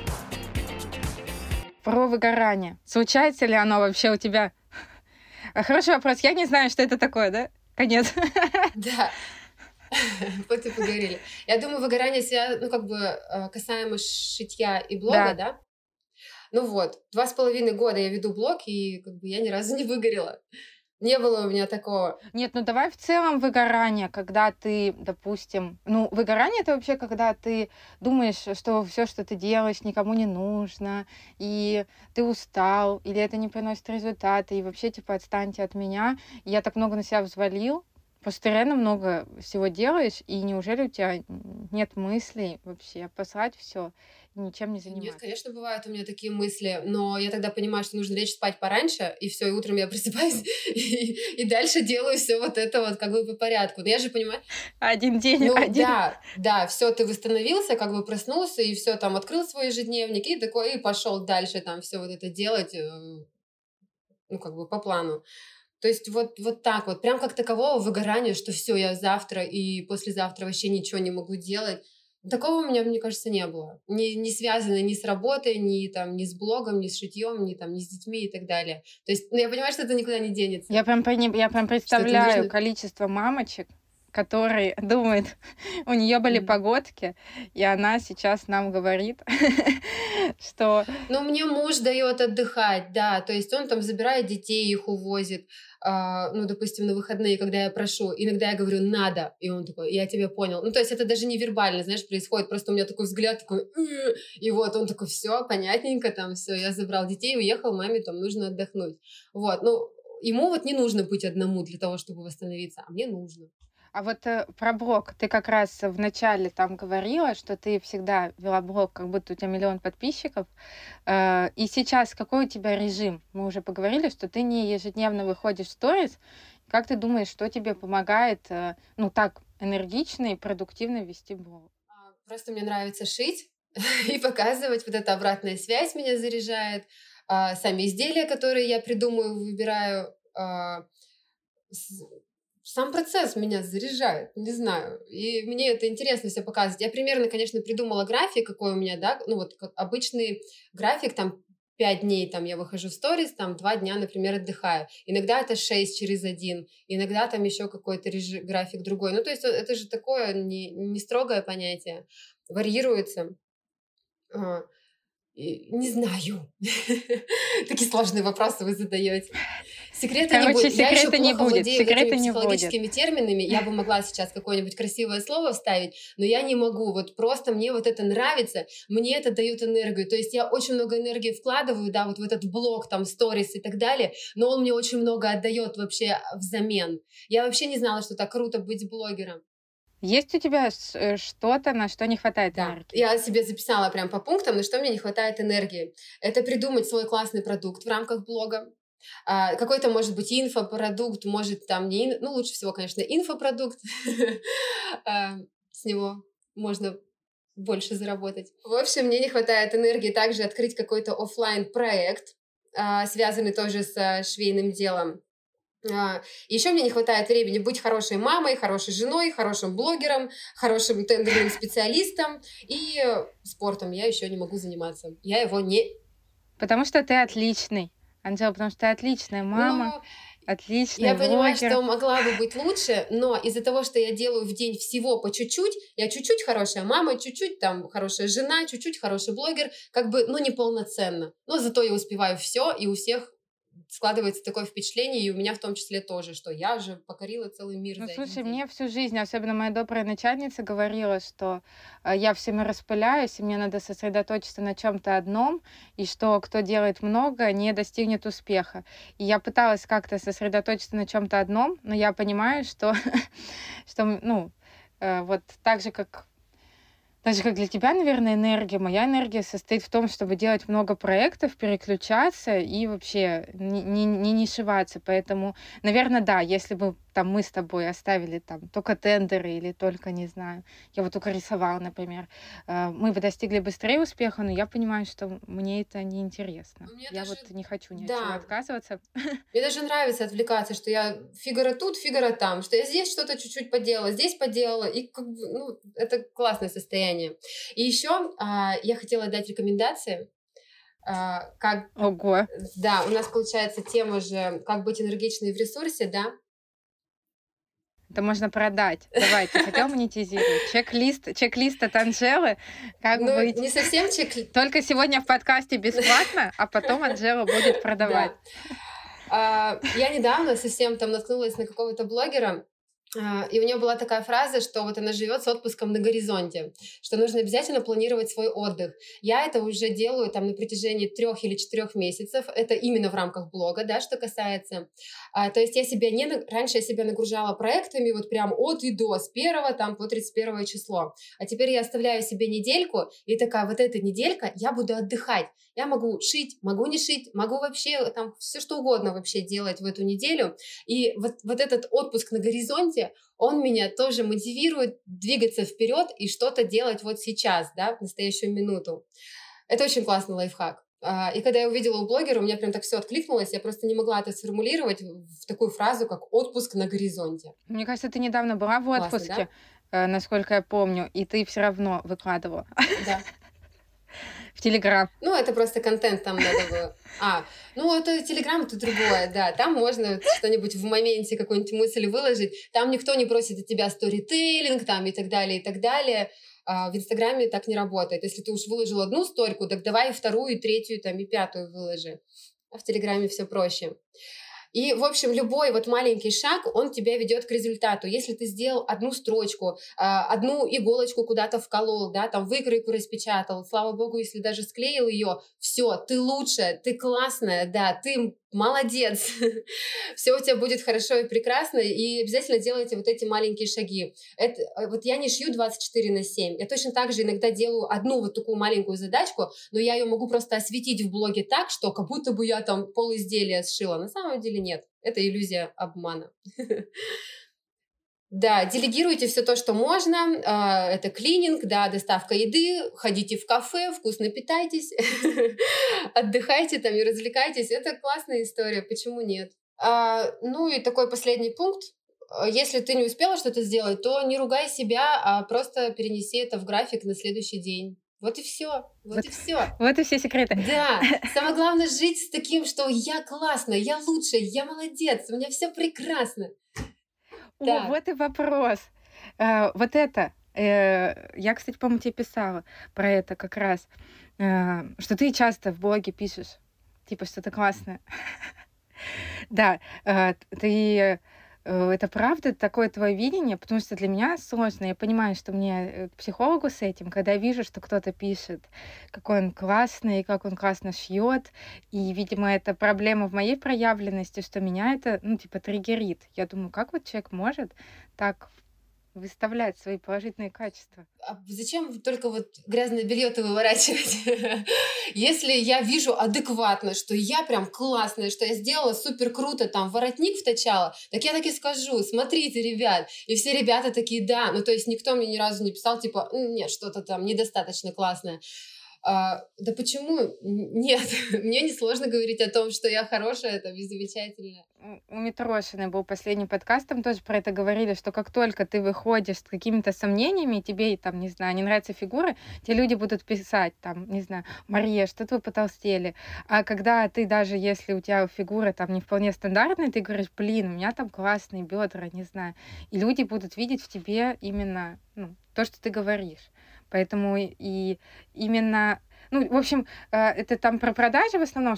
S1: Про выгорание. Случается ли оно вообще у тебя? Хороший вопрос. Я не знаю, что это такое, да? Конец.
S2: Да. Вот и поговорили. Я думаю, выгорание ну, как бы касаемо шитья и блога, да? Ну вот, 2,5 года я веду блог, и как бы я ни разу не выгорела. Не было у меня такого.
S1: Нет, ну давай в целом выгорание, когда ты, допустим, ну выгорание это вообще когда ты думаешь, что все, что ты делаешь, никому не нужно, и ты устал, или это не приносит результаты, и вообще типа отстаньте от меня. И я так много на себя взвалил, просто ты реально много всего делаешь, и неужели у тебя нет мыслей вообще послать все, ничем не
S2: Нет,
S1: заниматься?
S2: конечно, бывают у меня такие мысли, но я тогда понимаю, что нужно лечь спать пораньше, и все, и утром я просыпаюсь, и дальше делаю все вот это вот как бы по порядку. Но я же понимаю,
S1: Один день,
S2: ну
S1: один.
S2: да, все, ты восстановился, как бы проснулся, и все, там открыл свой ежедневник, и такой, и пошел дальше там все вот это делать, ну, как бы по плану. То есть вот так вот, прям как такового выгорания, что все, я завтра и послезавтра вообще ничего не могу делать. Такого у меня, мне кажется, не было. Не связано ни с работой, ни там, ни с блогом, ни с шитьем, ни там, ни с детьми и так далее. То есть, ну, я понимаю, что это никуда не денется,
S1: Я прям
S2: что это
S1: представляю
S2: нужно.
S1: количество мамочек, которые думают, у нее были
S2: Мгм.
S1: погодки, и она сейчас нам говорит, что
S2: Ну, мне муж дает отдыхать, да, то есть он там забирает детей, их увозит, ну, допустим, на выходные, когда я прошу, иногда я говорю «надо», и он такой «я тебя понял». Ну, то есть это даже не вербально, знаешь, происходит, просто у меня такой взгляд, такой и вот он такой «все, понятненько, там, все, я забрал детей, уехал, маме там нужно отдохнуть». Вот, ну, ему вот не нужно быть одному для того, чтобы восстановиться, а мне нужно.
S1: А вот про блог ты как раз в начале там говорила, что ты всегда вела блог, как будто у тебя миллион подписчиков. И сейчас какой у тебя режим? Мы уже поговорили, что ты не ежедневно выходишь в сторис. Как ты думаешь, что тебе помогает, ну так энергично и продуктивно вести блог?
S2: Просто мне нравится шить и показывать, вот эта обратная связь меня заряжает, сами изделия, которые я придумаю, выбираю, с сам процесс меня заряжает, не знаю. И мне это интересно все показывать. Я примерно, конечно, придумала график, какой у меня, да, ну вот как обычный график, там 5 дней там я выхожу в сторис, там 2 дня, например, отдыхаю. Иногда это 6 через один, иногда там еще какой-то график другой. Ну, то есть это же такое не строгое понятие, варьируется. А, не знаю. Такие сложные вопросы вы задаете. Секрета не
S1: Короче,
S2: будет. Я еще
S1: секрета не
S2: плохо
S1: будет,
S2: владею вот этими
S1: секрета не будет.
S2: психологическими терминами. Я бы могла сейчас какое-нибудь красивое слово вставить, но я не могу. Вот просто мне вот это нравится, мне это дает энергию. То есть я очень много энергии вкладываю, да, вот в этот блог, там, сторис и так далее, но он мне очень много отдает вообще взамен. Я вообще не знала, что так круто быть блогером.
S1: Есть у тебя что-то, на что не хватает
S2: Да,
S1: энергии?
S2: я себе записала прям по пунктам, на что мне не хватает энергии. Это придумать свой классный продукт в рамках блога. Какой-то, может быть, инфопродукт, может, там не... Ну, лучше всего, конечно, инфопродукт. С него можно больше заработать. В общем, мне не хватает энергии также открыть какой-то оффлайн проект, связанный тоже с швейным делом. Еще мне не хватает времени быть хорошей мамой, хорошей женой, хорошим блогером, хорошим тендерным специалистом и спортом я еще не могу заниматься. Я его не...
S1: Потому что ты отличный, Анжела, потому что ты отличная мама,
S2: Ну,
S1: отличный
S2: я понимаю,
S1: блогер.
S2: что могла бы быть лучше, но из-за того, что я делаю в день всего по чуть-чуть, я чуть-чуть хорошая мама, чуть-чуть там хорошая жена, чуть-чуть хороший блогер, как бы, ну, неполноценно. Но зато я успеваю все, и у всех складывается такое впечатление, и у меня в том числе тоже, что я же покорила целый мир
S1: Ну,
S2: за один
S1: слушай,
S2: день.
S1: мне всю жизнь, особенно моя добрая начальница, говорила, что я всеми распыляюсь, и мне надо сосредоточиться на чем-то одном, и что кто делает много, не достигнет успеха. И я пыталась как-то сосредоточиться на чем-то одном, но я понимаю, что, ну, вот так же, как для тебя, наверное, энергия, моя энергия состоит в том, чтобы делать много проектов, переключаться и вообще не нишеваться. Поэтому, наверное, да, если бы там мы с тобой оставили там только тендеры или только, не знаю, я вот только рисовала, например, мы бы достигли быстрее успеха, но я понимаю, что мне это неинтересно.
S2: Мне
S1: Я
S2: даже,
S1: вот не хочу ни от чего
S2: да,
S1: отказываться.
S2: мне даже нравится отвлекаться, что я фигура тут, фигура там, что я здесь что-то чуть-чуть поделала, здесь поделала, и как бы, ну, это классное состояние. И еще я хотела дать рекомендации, как,
S1: Ого.
S2: да, у нас получается тема же, как быть энергичной в ресурсе, да.
S1: Это можно продать. Давай, ты хотел монетизировать? Чек-лист от Анжелы. Как
S2: Ну,
S1: быть?
S2: не совсем
S1: Только сегодня в подкасте бесплатно, а потом Анжела будет продавать.
S2: Да. Я недавно совсем там наткнулась на какого-то блогера, и у нее была такая фраза, что вот она живет с отпуском на горизонте, что нужно обязательно планировать свой отдых. Я это уже делаю там на протяжении 3 или 4 месяцев. Это именно в рамках блога, да, что касается. То есть раньше я себя нагружала проектами вот прям от и до, с 1 там по 31 число. А теперь я оставляю себе недельку, и такая, вот эта неделька я буду отдыхать. Я могу шить, могу не шить, могу вообще там все что угодно вообще делать в эту неделю. И вот этот отпуск на горизонте, он меня тоже мотивирует двигаться вперед и что-то делать вот сейчас, да, в настоящую минуту. Это очень классный лайфхак. И когда я увидела у блогера, у меня прям так все откликнулось, я просто не могла это сформулировать в такую фразу, как «отпуск на горизонте».
S1: Мне кажется, ты недавно была в
S2: Классно,
S1: отпуске,
S2: да?
S1: насколько я помню, и ты все равно выкладывала
S2: Да.
S1: в Телеграм.
S2: Ну, это просто контент там надо было. Ну, это Телеграм, это другое, да. Там можно что-нибудь в моменте, какую-нибудь мысль выложить. Там никто не просит от тебя сторителлинг там и так далее, и так далее. В Инстаграме так не работает. Если ты уж выложил одну сторику, так давай и вторую, и третью, там, и пятую выложи. А в Телеграме все проще. И, в общем, любой вот маленький шаг, он тебя ведет к результату. Если ты сделал одну строчку, одну иголочку куда-то вколол, да, там выкройку распечатал, слава богу, если даже склеил ее, все, ты лучшая, ты классная, да, ты молодец, все у тебя будет хорошо и прекрасно, и обязательно делайте вот эти маленькие шаги. Вот я не шью 24/7, я точно так же иногда делаю одну вот такую маленькую задачку, но я ее могу просто осветить в блоге так, что как будто бы я там полизделия сшила. На самом деле нет, это иллюзия обмана. Да, делегируйте все то, что можно. Это клининг, да, доставка еды, ходите в кафе, вкусно питайтесь, отдыхайте там и развлекайтесь. Это классная история, почему нет? Ну и такой последний пункт. Если ты не успела что-то сделать, то не ругай себя, а просто перенеси это в график на следующий день. Вот и все. Вот и все.
S1: Вот и все секреты.
S2: Да, самое главное жить с таким, что я классная, я лучшая, я молодец, у меня все прекрасно.
S1: О, вот и вопрос. Вот это. Я, кстати, по-моему, тебе писала про это как раз, что ты часто в блоге пишешь, типа, что-то классное. Да, ты... Это правда такое твое видение? Потому что для меня сложно. Я понимаю, что мне к психологу с этим, когда я вижу, что кто-то пишет, какой он классный, как он классно шьет. И, видимо, это проблема в моей проявленности, что меня это, ну, типа, триггерит. Я думаю, как вот человек может так выставлять свои положительные качества?
S2: Зачем только вот грязное белье-то выворачивать? Если я вижу адекватно, что я прям классная, что я сделала супер круто, там воротник втачала, так я так и скажу: смотрите, ребят. И все ребята такие: да. Ну, то есть никто мне ни разу не писал, типа, нет, что-то там недостаточно классное. Да почему? Нет, мне не сложно говорить о том, что я хорошая, там, и замечательная.
S1: У Митрошиной был последний подкаст, там тоже про это говорили, что как только ты выходишь с какими-то сомнениями, тебе, там, не знаю, не нравятся фигуры, те люди будут писать, там, не знаю, Мария, что-то вы потолстели. А когда ты даже, если у тебя фигура там не вполне стандартная, ты говоришь, блин, у меня там классные бедра, не знаю. И люди будут видеть в тебе именно, ну, то, что ты говоришь. Поэтому и именно, ну, в общем, это там про продажи в основном,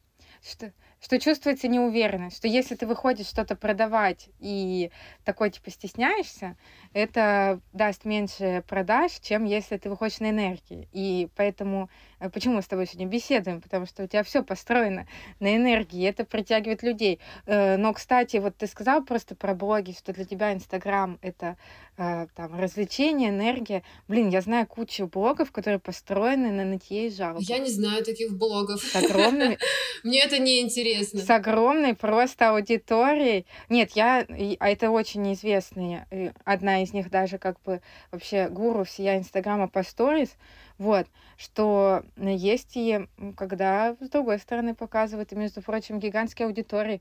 S1: что чувствуется неуверенность, что если ты выходишь что-то продавать и такой типа стесняешься, это даст меньше продаж, чем если ты выходишь на энергии. И поэтому почему мы с тобой сегодня беседуем? Потому что у тебя все построено на энергии, и это притягивает людей. Но, кстати, вот ты сказал просто про блоги, что для тебя Инстаграм — это там развлечение, энергия. Блин, я знаю кучу блогов, которые построены на нытье и жалобах.
S2: Я не знаю таких блогов.
S1: С огромными...
S2: Мне это не интересно.
S1: С огромной просто аудиторией. Нет, это очень известные. Одна из них даже как бы вообще гуру всея Инстаграма по сторис. Вот, что есть и когда с другой стороны показывают, и, между прочим, гигантские аудитории.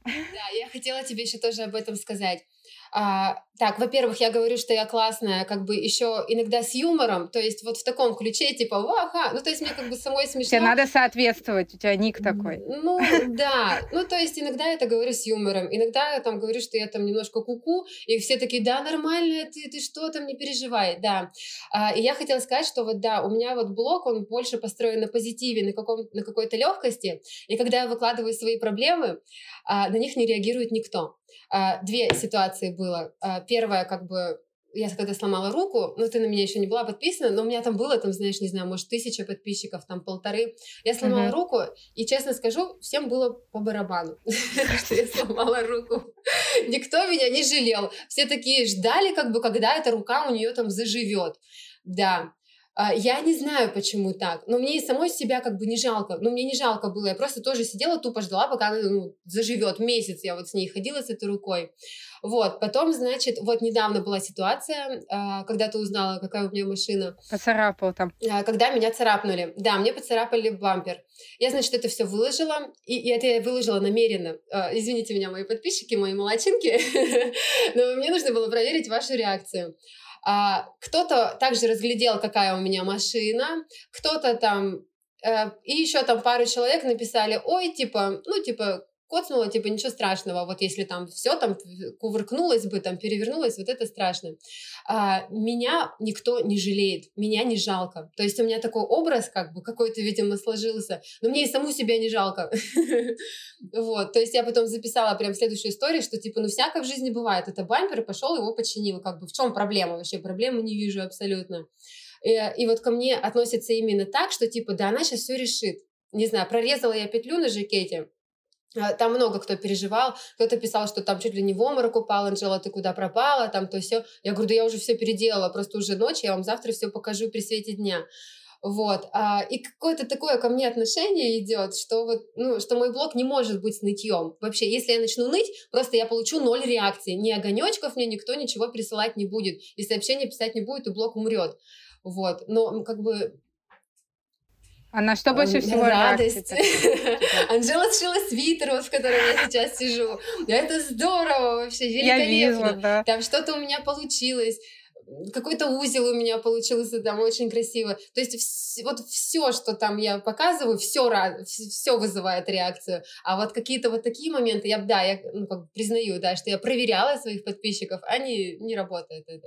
S2: Да, я хотела тебе еще тоже об этом сказать. Так, во-первых, я говорю, что я классная, как бы еще иногда с юмором, то есть вот в таком ключе, типа, ваха, ну, то есть мне как бы самой
S1: Тебе
S2: смешно.
S1: надо соответствовать, у тебя ник такой.
S2: Ну, да, ну, то есть иногда я это говорю с юмором, иногда я там говорю, что я там немножко куку, и все такие, да, нормально, ты что там, не переживай, да. И я хотела сказать, что вот, да, у меня вот блог, он больше построен на позитиве, на какой-то легкости, и когда я выкладываю свои проблемы, на них не реагирует никто. Две ситуации было. Первая, как бы, я когда сломала руку, ну, ты на меня еще не была подписана, но у меня там было, там, знаешь, не знаю, может, 1000 подписчиков, там, 1,5. Я сломала руку, и, честно скажу, всем было по барабану, что я сломала руку. Никто меня не жалел. Все такие ждали, как бы, когда эта рука у нее там заживет. Да. Я не знаю, почему так, но мне и самой себя как бы не жалко. Ну, мне не жалко было, я просто тоже сидела, тупо ждала, пока она заживет. Месяц я вот с ней ходила, с этой рукой. Вот, потом, значит, вот недавно была ситуация, когда ты узнала, какая у меня машина.
S1: Поцарапал там.
S2: Когда меня царапнули. Да, мне поцарапали бампер. Я, значит, это все выложила, и это я выложила намеренно. Извините меня, мои подписчики, мои молодчинки, но мне нужно было проверить вашу реакцию. Кто-то также разглядел, какая у меня машина, кто-то там, и еще там пару человек написали, ой, типа, ну, типа, коцнула, типа, ничего страшного, вот если там все там кувыркнулось бы, там перевернулось, вот это страшно. Меня никто не жалеет, меня не жалко. То есть у меня такой образ как бы какой-то, видимо, сложился, но мне и саму себя не жалко. Вот, то есть я потом записала прям следующую историю, что типа, ну всякое в жизни бывает, это бампер, и пошел его починил, как бы в чем проблема вообще, проблемы не вижу абсолютно. И вот ко мне относятся именно так, что типа, да она сейчас все решит. Не знаю, прорезала я петлю на жакете, там много кто переживал, кто-то писал, что там чуть ли не в обморок упал, Анжела, ты куда пропала, там то все. Я говорю, да я уже все переделала, просто уже ночь, я вам завтра все покажу при свете дня. Вот, и какое-то такое ко мне отношение идет, что вот, ну, что мой блог не может быть с нытьем. Вообще, если я начну ныть, просто я получу 0 реакций. Ни огонечков мне никто ничего присылать не будет. И сообщение писать не будет, и блог умрет. Вот, но как бы...
S1: А на что больше всего
S2: радость. Анжела сшила свитер, вот, в котором я сейчас сижу. Это здорово вообще, великолепно.
S1: Я вижу, да.
S2: Там что-то у меня получилось. Какой-то узел у меня получился там очень красиво. То есть вот все, что там я показываю, все вызывает реакцию. А вот какие-то вот такие моменты, я ну, как бы признаю, да, что я проверяла своих подписчиков, они не работают это.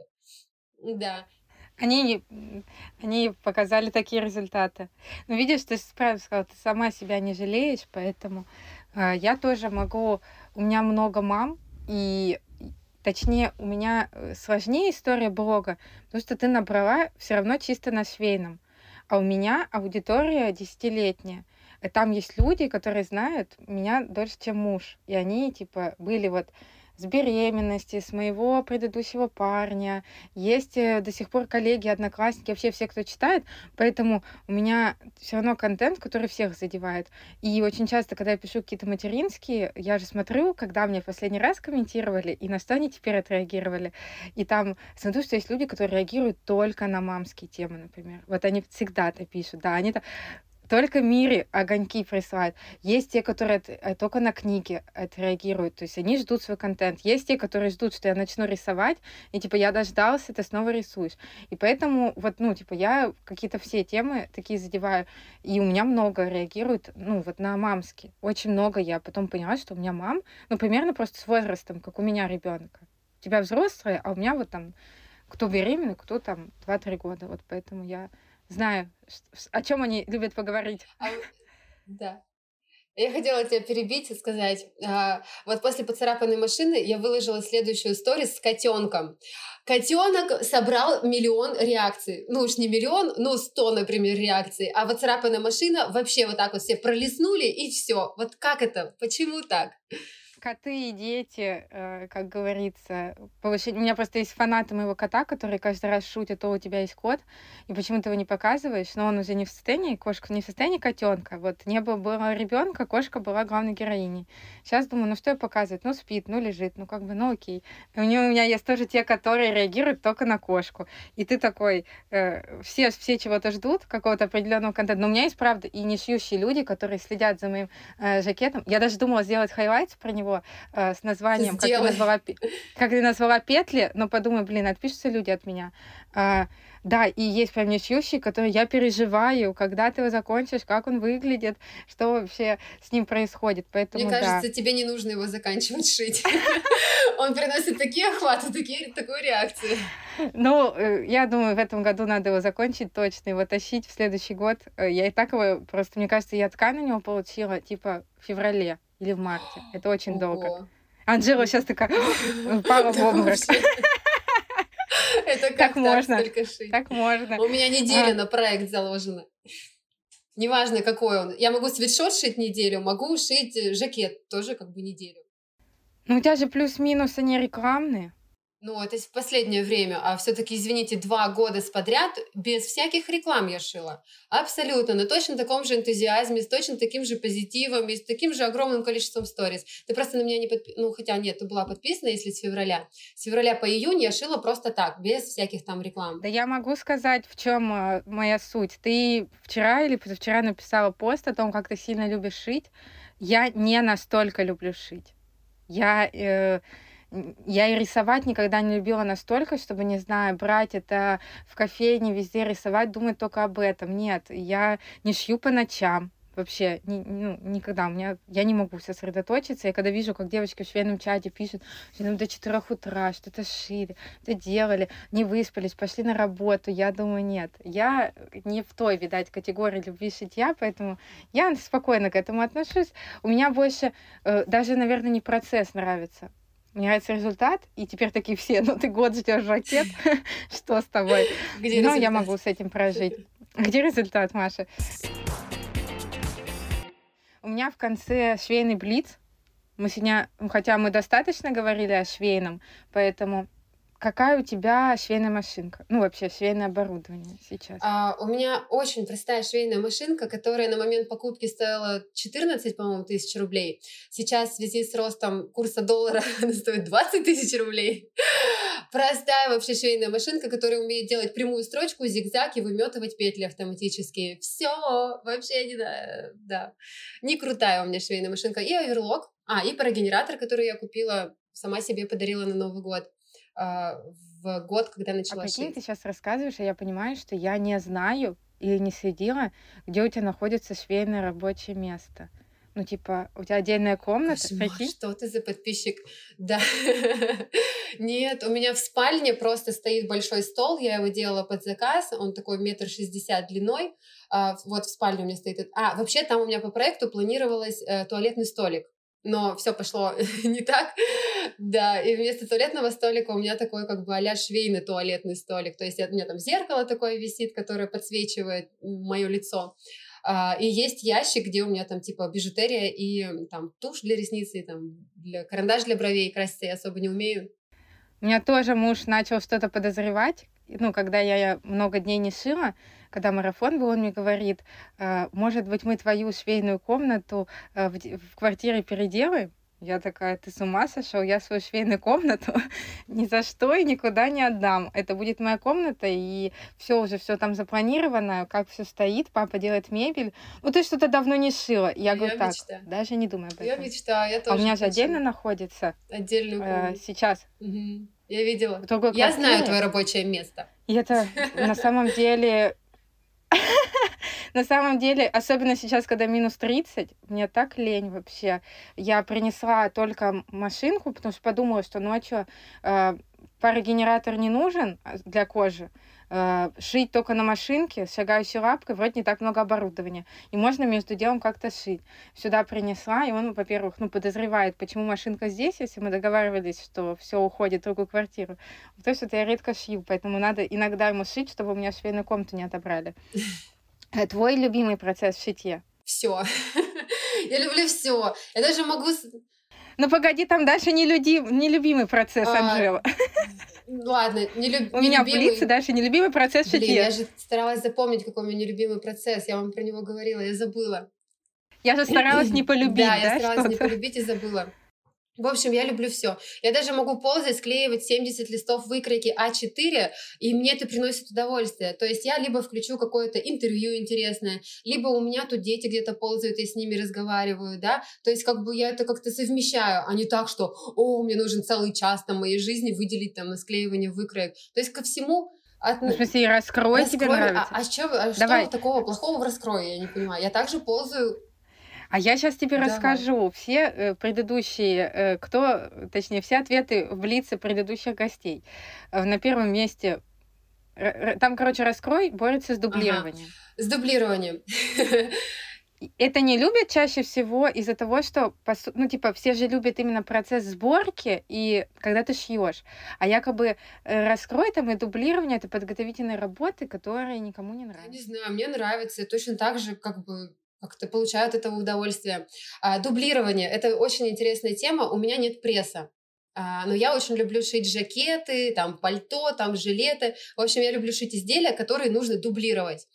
S2: Да.
S1: Они показали такие результаты. Но видишь, ты правильно сказала, ты сама себя не жалеешь, поэтому я тоже могу... У меня много мам, и точнее, у меня сложнее история блога, потому что ты набрала все равно чисто на швейном. А у меня аудитория 10-летняя. И там есть люди, которые знают меня дольше, чем муж. И они, типа, были вот с беременности, с моего предыдущего парня. Есть до сих пор коллеги, одноклассники, вообще все, кто читает. Поэтому у меня все равно контент, который всех задевает. И очень часто, когда я пишу какие-то материнские, я же смотрю, когда мне в последний раз комментировали и на что они теперь отреагировали. И там смотрю, что есть люди, которые реагируют только на мамские темы, например. Вот они всегда это пишут. Да, они только Мире огоньки присылают. Есть те, которые только на книги отреагируют, то есть они ждут свой контент. Есть те, которые ждут, что я начну рисовать, и типа я дождался, ты снова рисуешь. И поэтому вот, ну, типа я какие-то все темы такие задеваю, и у меня много реагируют, ну, вот на мамские. Очень много я потом поняла, что у меня мам, ну, примерно просто с возрастом, как у меня ребенка. У тебя взрослые, а у меня вот там кто беременный, кто там 2-3 года. Вот поэтому я знаю, о чем они любят поговорить.
S2: Да. Я хотела тебя перебить и сказать, вот после поцарапанной машины я выложила следующую историю с котенком. Котенок собрал 1 000 000 реакций. Ну уж не 1 000 000, но 100, например, реакций. А вот царапанная машина вообще вот так вот все пролистнули, и все. Вот как это? Почему так?
S1: Коты и дети, как говорится, повышение. У меня просто есть фанаты моего кота, которые каждый раз шутят, у тебя есть кот, и почему ты его не показываешь, но он уже не в состоянии, кошка не в состоянии котенка. Вот не было ребенка, кошка была главной героиней. Сейчас думаю, ну что я показывать? Ну спит, ну лежит, ну как бы, ну окей. И у меня есть тоже те, которые реагируют только на кошку. И ты такой, все чего-то ждут, какого-то определенного контента. Но у меня есть, правда, и не шьющие люди, которые следят за моим жакетом. Я даже думала сделать хайлайтс про него, видео с названием
S2: Сделай.
S1: как ты назвала петли, но подумай, блин, отпишутся люди от меня. Да, и есть прям мне шьющий, который я переживаю, когда ты его закончишь, как он выглядит, что вообще с ним происходит. Поэтому
S2: Мне
S1: да.
S2: кажется, тебе не нужно его заканчивать шить. Он приносит такие охваты, такую реакцию.
S1: Ну, я думаю, в этом году надо его закончить точно, его тащить в следующий год. Я и так его просто, мне кажется, я ткань на него получила типа в феврале или в марте. Это очень долго.
S2: Ого.
S1: Анжела сейчас такая, упала в
S2: Да
S1: обморок.
S2: вообще. Это как
S1: Так можно,
S2: столько шить?
S1: так можно.
S2: У меня неделя на проект заложена. Неважно, какой он. Я могу свитшот шить неделю, могу шить жакет тоже как бы неделю.
S1: Ну, у тебя же плюс-минус они рекламные.
S2: Ну, это в последнее время, а все-таки, извините, 2 года подряд без всяких реклам я шила. Абсолютно, на точно таком же энтузиазме, с точно таким же позитивом и с таким же огромным количеством сториз. Ты просто на меня не подписана, ну, хотя нет, ты была подписана, если с февраля. С февраля по июнь я шила просто так, без всяких там реклам.
S1: Да я могу сказать, в чем моя суть. Ты вчера или позавчера написала пост о том, как ты сильно любишь шить. Я не настолько люблю шить. Я и рисовать никогда не любила настолько, чтобы, не знаю, брать это в кофейне, везде рисовать, думать только об этом. Нет, я не шью по ночам. Вообще, никогда. Я не могу сосредоточиться. Я когда вижу, как девочки в швейном чате пишут, что до 4 утра что-то шили, что делали, не выспались, пошли на работу. Я думаю, нет. Я не в той, видать, категории любви шитья, поэтому я спокойно к этому отношусь. У меня больше даже, наверное, не процесс нравится. Мне нравится результат, и теперь такие все, ну ты год ждешь жакет, что с тобой? Но я могу с этим прожить. Где результат, Маша? У меня в конце швейный блиц. Мы сегодня, хотя мы достаточно говорили о швейном, поэтому какая у тебя швейная машинка? Ну, вообще, швейное оборудование сейчас.
S2: У меня очень простая швейная машинка, которая на момент покупки стоила 14, по-моему, тысяч рублей. Сейчас в связи с ростом курса доллара она стоит 20 тысяч рублей. Простая вообще швейная машинка, которая умеет делать прямую строчку, зигзаг и выметывать петли автоматически. Все, вообще не крутая у меня швейная машинка. И оверлок, и парогенератор, который я купила, сама себе подарила на Новый год. В год, когда начала
S1: прикинь,
S2: шить.
S1: Ты сейчас рассказываешь, и я понимаю, что я не знаю или не следила, где у тебя находится швейное рабочее место. Ну, типа, у тебя отдельная комната?
S2: Кошмар, что ты за подписчик? Да. Нет, у меня в спальне просто стоит большой стол, я его делала под заказ, он такой 1,60 м длиной, вот в спальне у меня стоит. Вообще там у меня по проекту планировалось туалетный столик, но все пошло не так, да, и вместо туалетного столика у меня такой как бы а-ля швейный туалетный столик, то есть у меня там зеркало такое висит, которое подсвечивает мое лицо, и есть ящик, где у меня там типа бижутерия и там тушь для ресниц, и там карандаш для бровей, краситься я особо не умею.
S1: У меня тоже муж начал что-то подозревать, ну, когда я много дней не шила, когда марафон был, он мне говорит, может быть, мы твою швейную комнату в квартире переделаем? Я такая, ты с ума сошел? Я свою швейную комнату ни за что и никуда не отдам. Это будет моя комната, и все там запланировано, как все стоит, папа делает мебель. Ну, ты что-то давно не шила. Я говорю, так, даже не думай об этом.
S2: Я мечтаю, я тоже.
S1: У меня же отдельно находится.
S2: Отдельную комнату.
S1: Сейчас.
S2: Угу. Я видела.
S1: Я
S2: знаю твое рабочее место.
S1: И это на самом деле... На самом деле, особенно сейчас, когда минус 30, мне так лень вообще. Я принесла только машинку, потому что подумала, что ночью парогенератор не нужен для кожи. Шить только на машинке, с шагающей лапкой, вроде не так много оборудования. И можно между делом как-то шить. Сюда принесла, и он, во-первых, подозревает, почему машинка здесь, если мы договаривались, что все уходит в другую квартиру. То есть это я редко шью, поэтому надо иногда ему шить, чтобы у меня швейную комнату не отобрали. Твой любимый процесс в шитье?
S2: Все. Я люблю все. Я даже могу...
S1: Ну погоди, там дальше нелюбимый процесс, Анжела.
S2: Ладно,
S1: У меня в блице дальше нелюбимый процесс в шитье.
S2: Я же старалась запомнить, какой у меня нелюбимый процесс. Я вам про него говорила, я забыла.
S1: Я же старалась не полюбить,
S2: да? Я старалась не полюбить и забыла. В общем, я люблю все. Я даже могу ползать, склеивать 70 листов выкройки А4, и мне это приносит удовольствие. То есть я либо включу какое-то интервью интересное, либо у меня тут дети где-то ползают, я с ними разговариваю, да. То есть как бы я это как-то совмещаю, а не так, что, мне нужен целый час там моей жизни выделить там на склеивание выкроек. То есть ко всему
S1: Ну, в смысле, и раскрой тебе
S2: раскрой.
S1: нравится?
S2: Что
S1: Давай.
S2: такого плохого в раскрое, я не понимаю. Я также ползаю.
S1: А я сейчас тебе
S2: Давай.
S1: расскажу все предыдущие, точнее, все ответы в лице предыдущих гостей. На первом месте, там, короче, раскрой борется с дублированием.
S2: С дублированием.
S1: Это не любят чаще всего из-за того, что, ну, типа, все же любят именно процесс сборки и когда ты шьешь. А якобы раскрой там и дублирование — это подготовительные работы, которые никому не
S2: Я
S1: нравятся.
S2: не знаю, мне нравится. Я точно так же как-то получаю от этого удовольствие. Дублирование — это очень интересная тема. У меня нет пресса. Но я очень люблю шить жакеты, там пальто, там жилеты. В общем, я люблю шить изделия, которые нужно дублировать.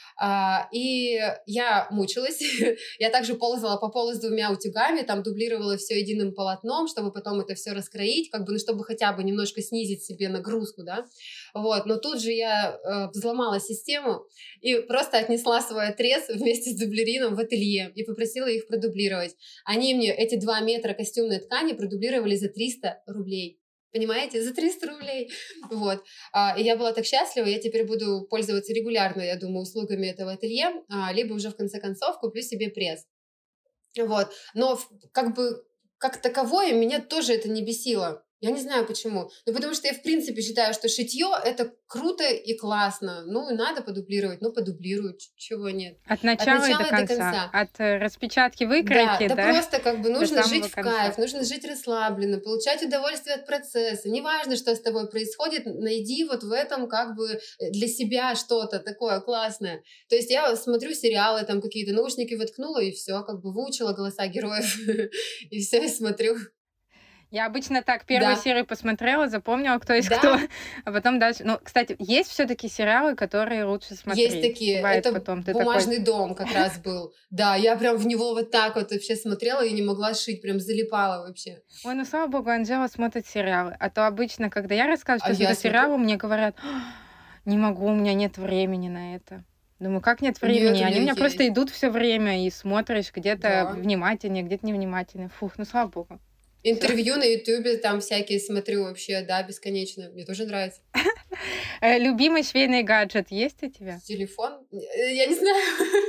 S2: И я мучилась. Я также ползала по полу с 2 утюгами, там дублировала все единым полотном, чтобы потом это все раскроить, как бы, ну, чтобы хотя бы немножко снизить себе нагрузку, да. Вот. Но тут же я взломала систему и просто отнесла свой отрез вместе с дублерином в ателье и попросила их продублировать. Они мне эти 2 метра костюмной ткани продублировали за 300 рублей. Понимаете, за 300 рублей. Вот. И я была так счастлива, я теперь буду пользоваться регулярно, я думаю, услугами этого ателье, либо уже в конце концов куплю себе пресс. Вот. Но как таковое меня тоже это не бесило. Я не знаю почему. Ну, потому что я, в принципе, считаю, что шитье — это круто и классно. Ну, и надо подублировать. Ну, подублирую. Чего нет.
S1: От начала и до конца. От распечатки выкройки,
S2: да? просто как бы нужно
S1: самого
S2: жить в
S1: конца.
S2: кайф, нужно жить расслабленно, получать удовольствие от процесса. Неважно, что с тобой происходит, найди вот в этом как бы для себя что-то такое классное. То есть я смотрю сериалы, там какие-то наушники воткнула, и все, как бы выучила голоса героев, и все, и смотрю.
S1: Я обычно так первую серию посмотрела, запомнила, кто есть кто, а потом дальше. Ну, кстати, есть все-таки сериалы, которые лучше смотреть.
S2: Есть такие.
S1: Бывает
S2: это
S1: потом,
S2: «Бумажный дом» как раз был. Да, я прям в него вот так вот вообще смотрела и не могла шить, прям залипала вообще.
S1: Ой, ну слава богу, Анжела смотрит сериалы. А то обычно, когда я рассказываю, что это сериалы, мне говорят: не могу, у меня нет времени на это. Думаю, как нет времени? Они у меня просто идут все время, и смотришь где-то внимательнее, где-то невнимательнее. Фух, ну слава богу.
S2: Интервью на Ютубе там всякие смотрю вообще, да, бесконечно. Мне тоже нравится.
S1: Любимый швейный гаджет есть у тебя?
S2: Телефон? Я не знаю.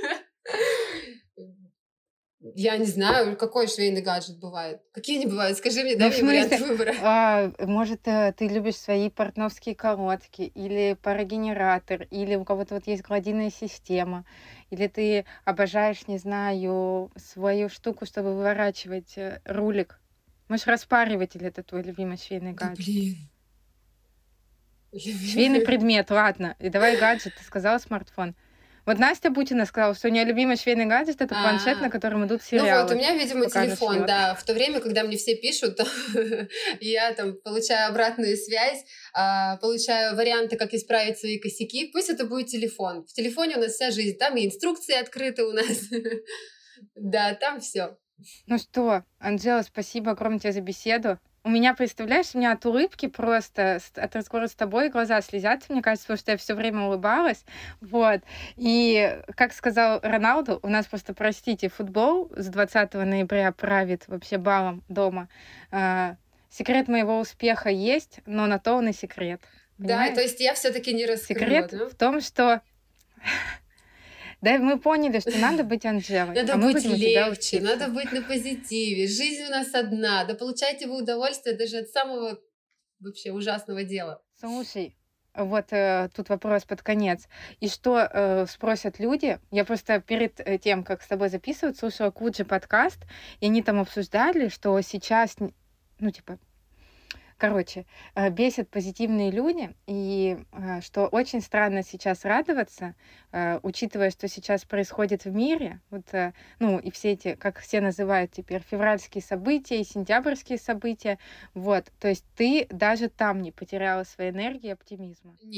S2: Я не знаю, какой швейный гаджет бывает. Какие они бывают? Скажи мне, дай мне вариант выбора.
S1: Может, ты любишь свои портновские колодки, или парогенератор, или у кого-то вот есть гладильная система, или ты обожаешь, не знаю, свою штуку, чтобы выворачивать рулик. Может, распариватель — это твой любимый швейный гаджет?
S2: Да, блин.
S1: Швейный предмет, ладно. И давай гаджет, ты сказала смартфон. Вот Настя Бутина сказала, что у нее любимый швейный гаджет — это планшет, на котором идут сериалы.
S2: Ну вот, у меня, видимо, телефон, да. В то время, когда мне все пишут, я там получаю обратную связь, получаю варианты, как исправить свои косяки. Пусть это будет телефон. В телефоне у нас вся жизнь. Там и инструкции открыты у нас. Да, там все.
S1: Ну что, Анжела, спасибо огромное тебе за беседу. У меня, представляешь, у меня от улыбки просто, от разговора с тобой глаза слезятся, мне кажется, потому что я все время улыбалась. Вот. И, как сказал Роналду, у нас просто, простите, футбол с 20 ноября правит вообще балом дома. Секрет моего успеха есть, но на то он и секрет.
S2: Понимаешь? Да, то есть я все-таки не раскрыла.
S1: Секрет в том, что... Да, мы поняли, что надо быть Анжелой.
S2: Надо быть легче, надо быть на позитиве. Жизнь у нас одна. Да получайте вы удовольствие даже от самого вообще ужасного дела.
S1: Слушай, вот тут вопрос под конец. И что спросят люди? Я просто перед тем, как с тобой записывать, слушала Куджи подкаст, и они там обсуждали, что сейчас, ну, типа, короче, бесят позитивные люди, и что очень странно сейчас радоваться, учитывая, что сейчас происходит в мире, вот, ну, и все эти, как все называют теперь, февральские события и сентябрьские события, вот, то есть ты даже там не потеряла своей энергии и оптимизма.
S2: Нет,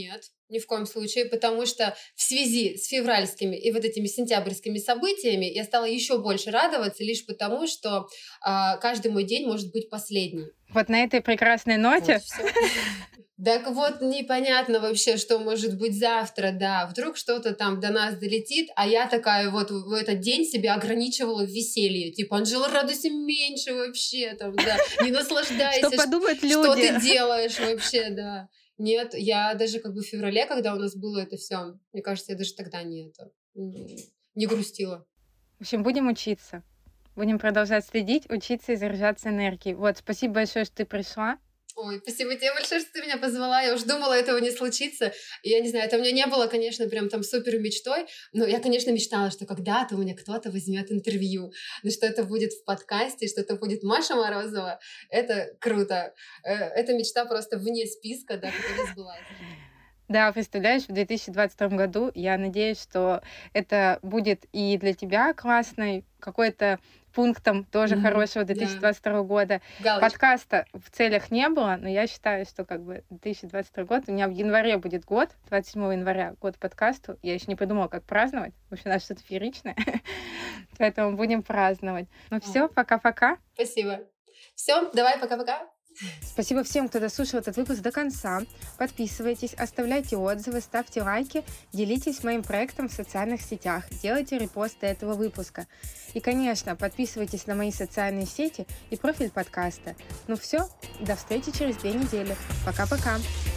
S2: Ни в коем случае, потому что в связи с февральскими и вот этими сентябрьскими событиями я стала еще больше радоваться лишь потому, что каждый мой день может быть последний.
S1: Вот на этой прекрасной ноте.
S2: Вот, так вот, непонятно вообще, что может быть завтра, да. Вдруг что-то там до нас долетит, а я такая вот в этот день себя ограничивала в веселье. Типа, Анжела, радуйся меньше вообще, там, да. Не наслаждайся.
S1: Что подумают люди?
S2: Что ты делаешь вообще, да. Нет, я даже как бы в феврале, когда у нас было это все, мне кажется, я даже тогда не грустила.
S1: В общем, будем учиться. Будем продолжать следить, учиться и заряжаться энергией. Вот, спасибо большое, что ты пришла.
S2: Ой, спасибо тебе большое, что ты меня позвала. Я уж думала, этого не случится. И я не знаю, это у меня не было, конечно, прям там супер мечтой, но я, конечно, мечтала, что когда-то у меня кто-то возьмет интервью, но что это будет в подкасте, что это будет Маша Морозова. Это круто. Эта мечта просто вне списка, да, которая сбылась.
S1: Да, представляешь, в 2022 году я надеюсь, что это будет и для тебя классной какой-то пунктом тоже хорошего 2022 года.
S2: Галочка.
S1: Подкаста в целях не было, но я считаю, что как бы 2022 год, у меня в январе будет год, 27 января, год подкасту. Я еще не придумала, как праздновать. В общем, надо что-то фееричное. Поэтому будем праздновать. Ну все, пока-пока.
S2: Спасибо. Все, давай, пока-пока.
S1: Спасибо всем, кто дослушал этот выпуск до конца. Подписывайтесь, оставляйте отзывы, ставьте лайки, делитесь моим проектом в социальных сетях, делайте репосты этого выпуска. И, конечно, подписывайтесь на мои социальные сети и профиль подкаста. Ну все, до встречи через 2 недели. Пока-пока.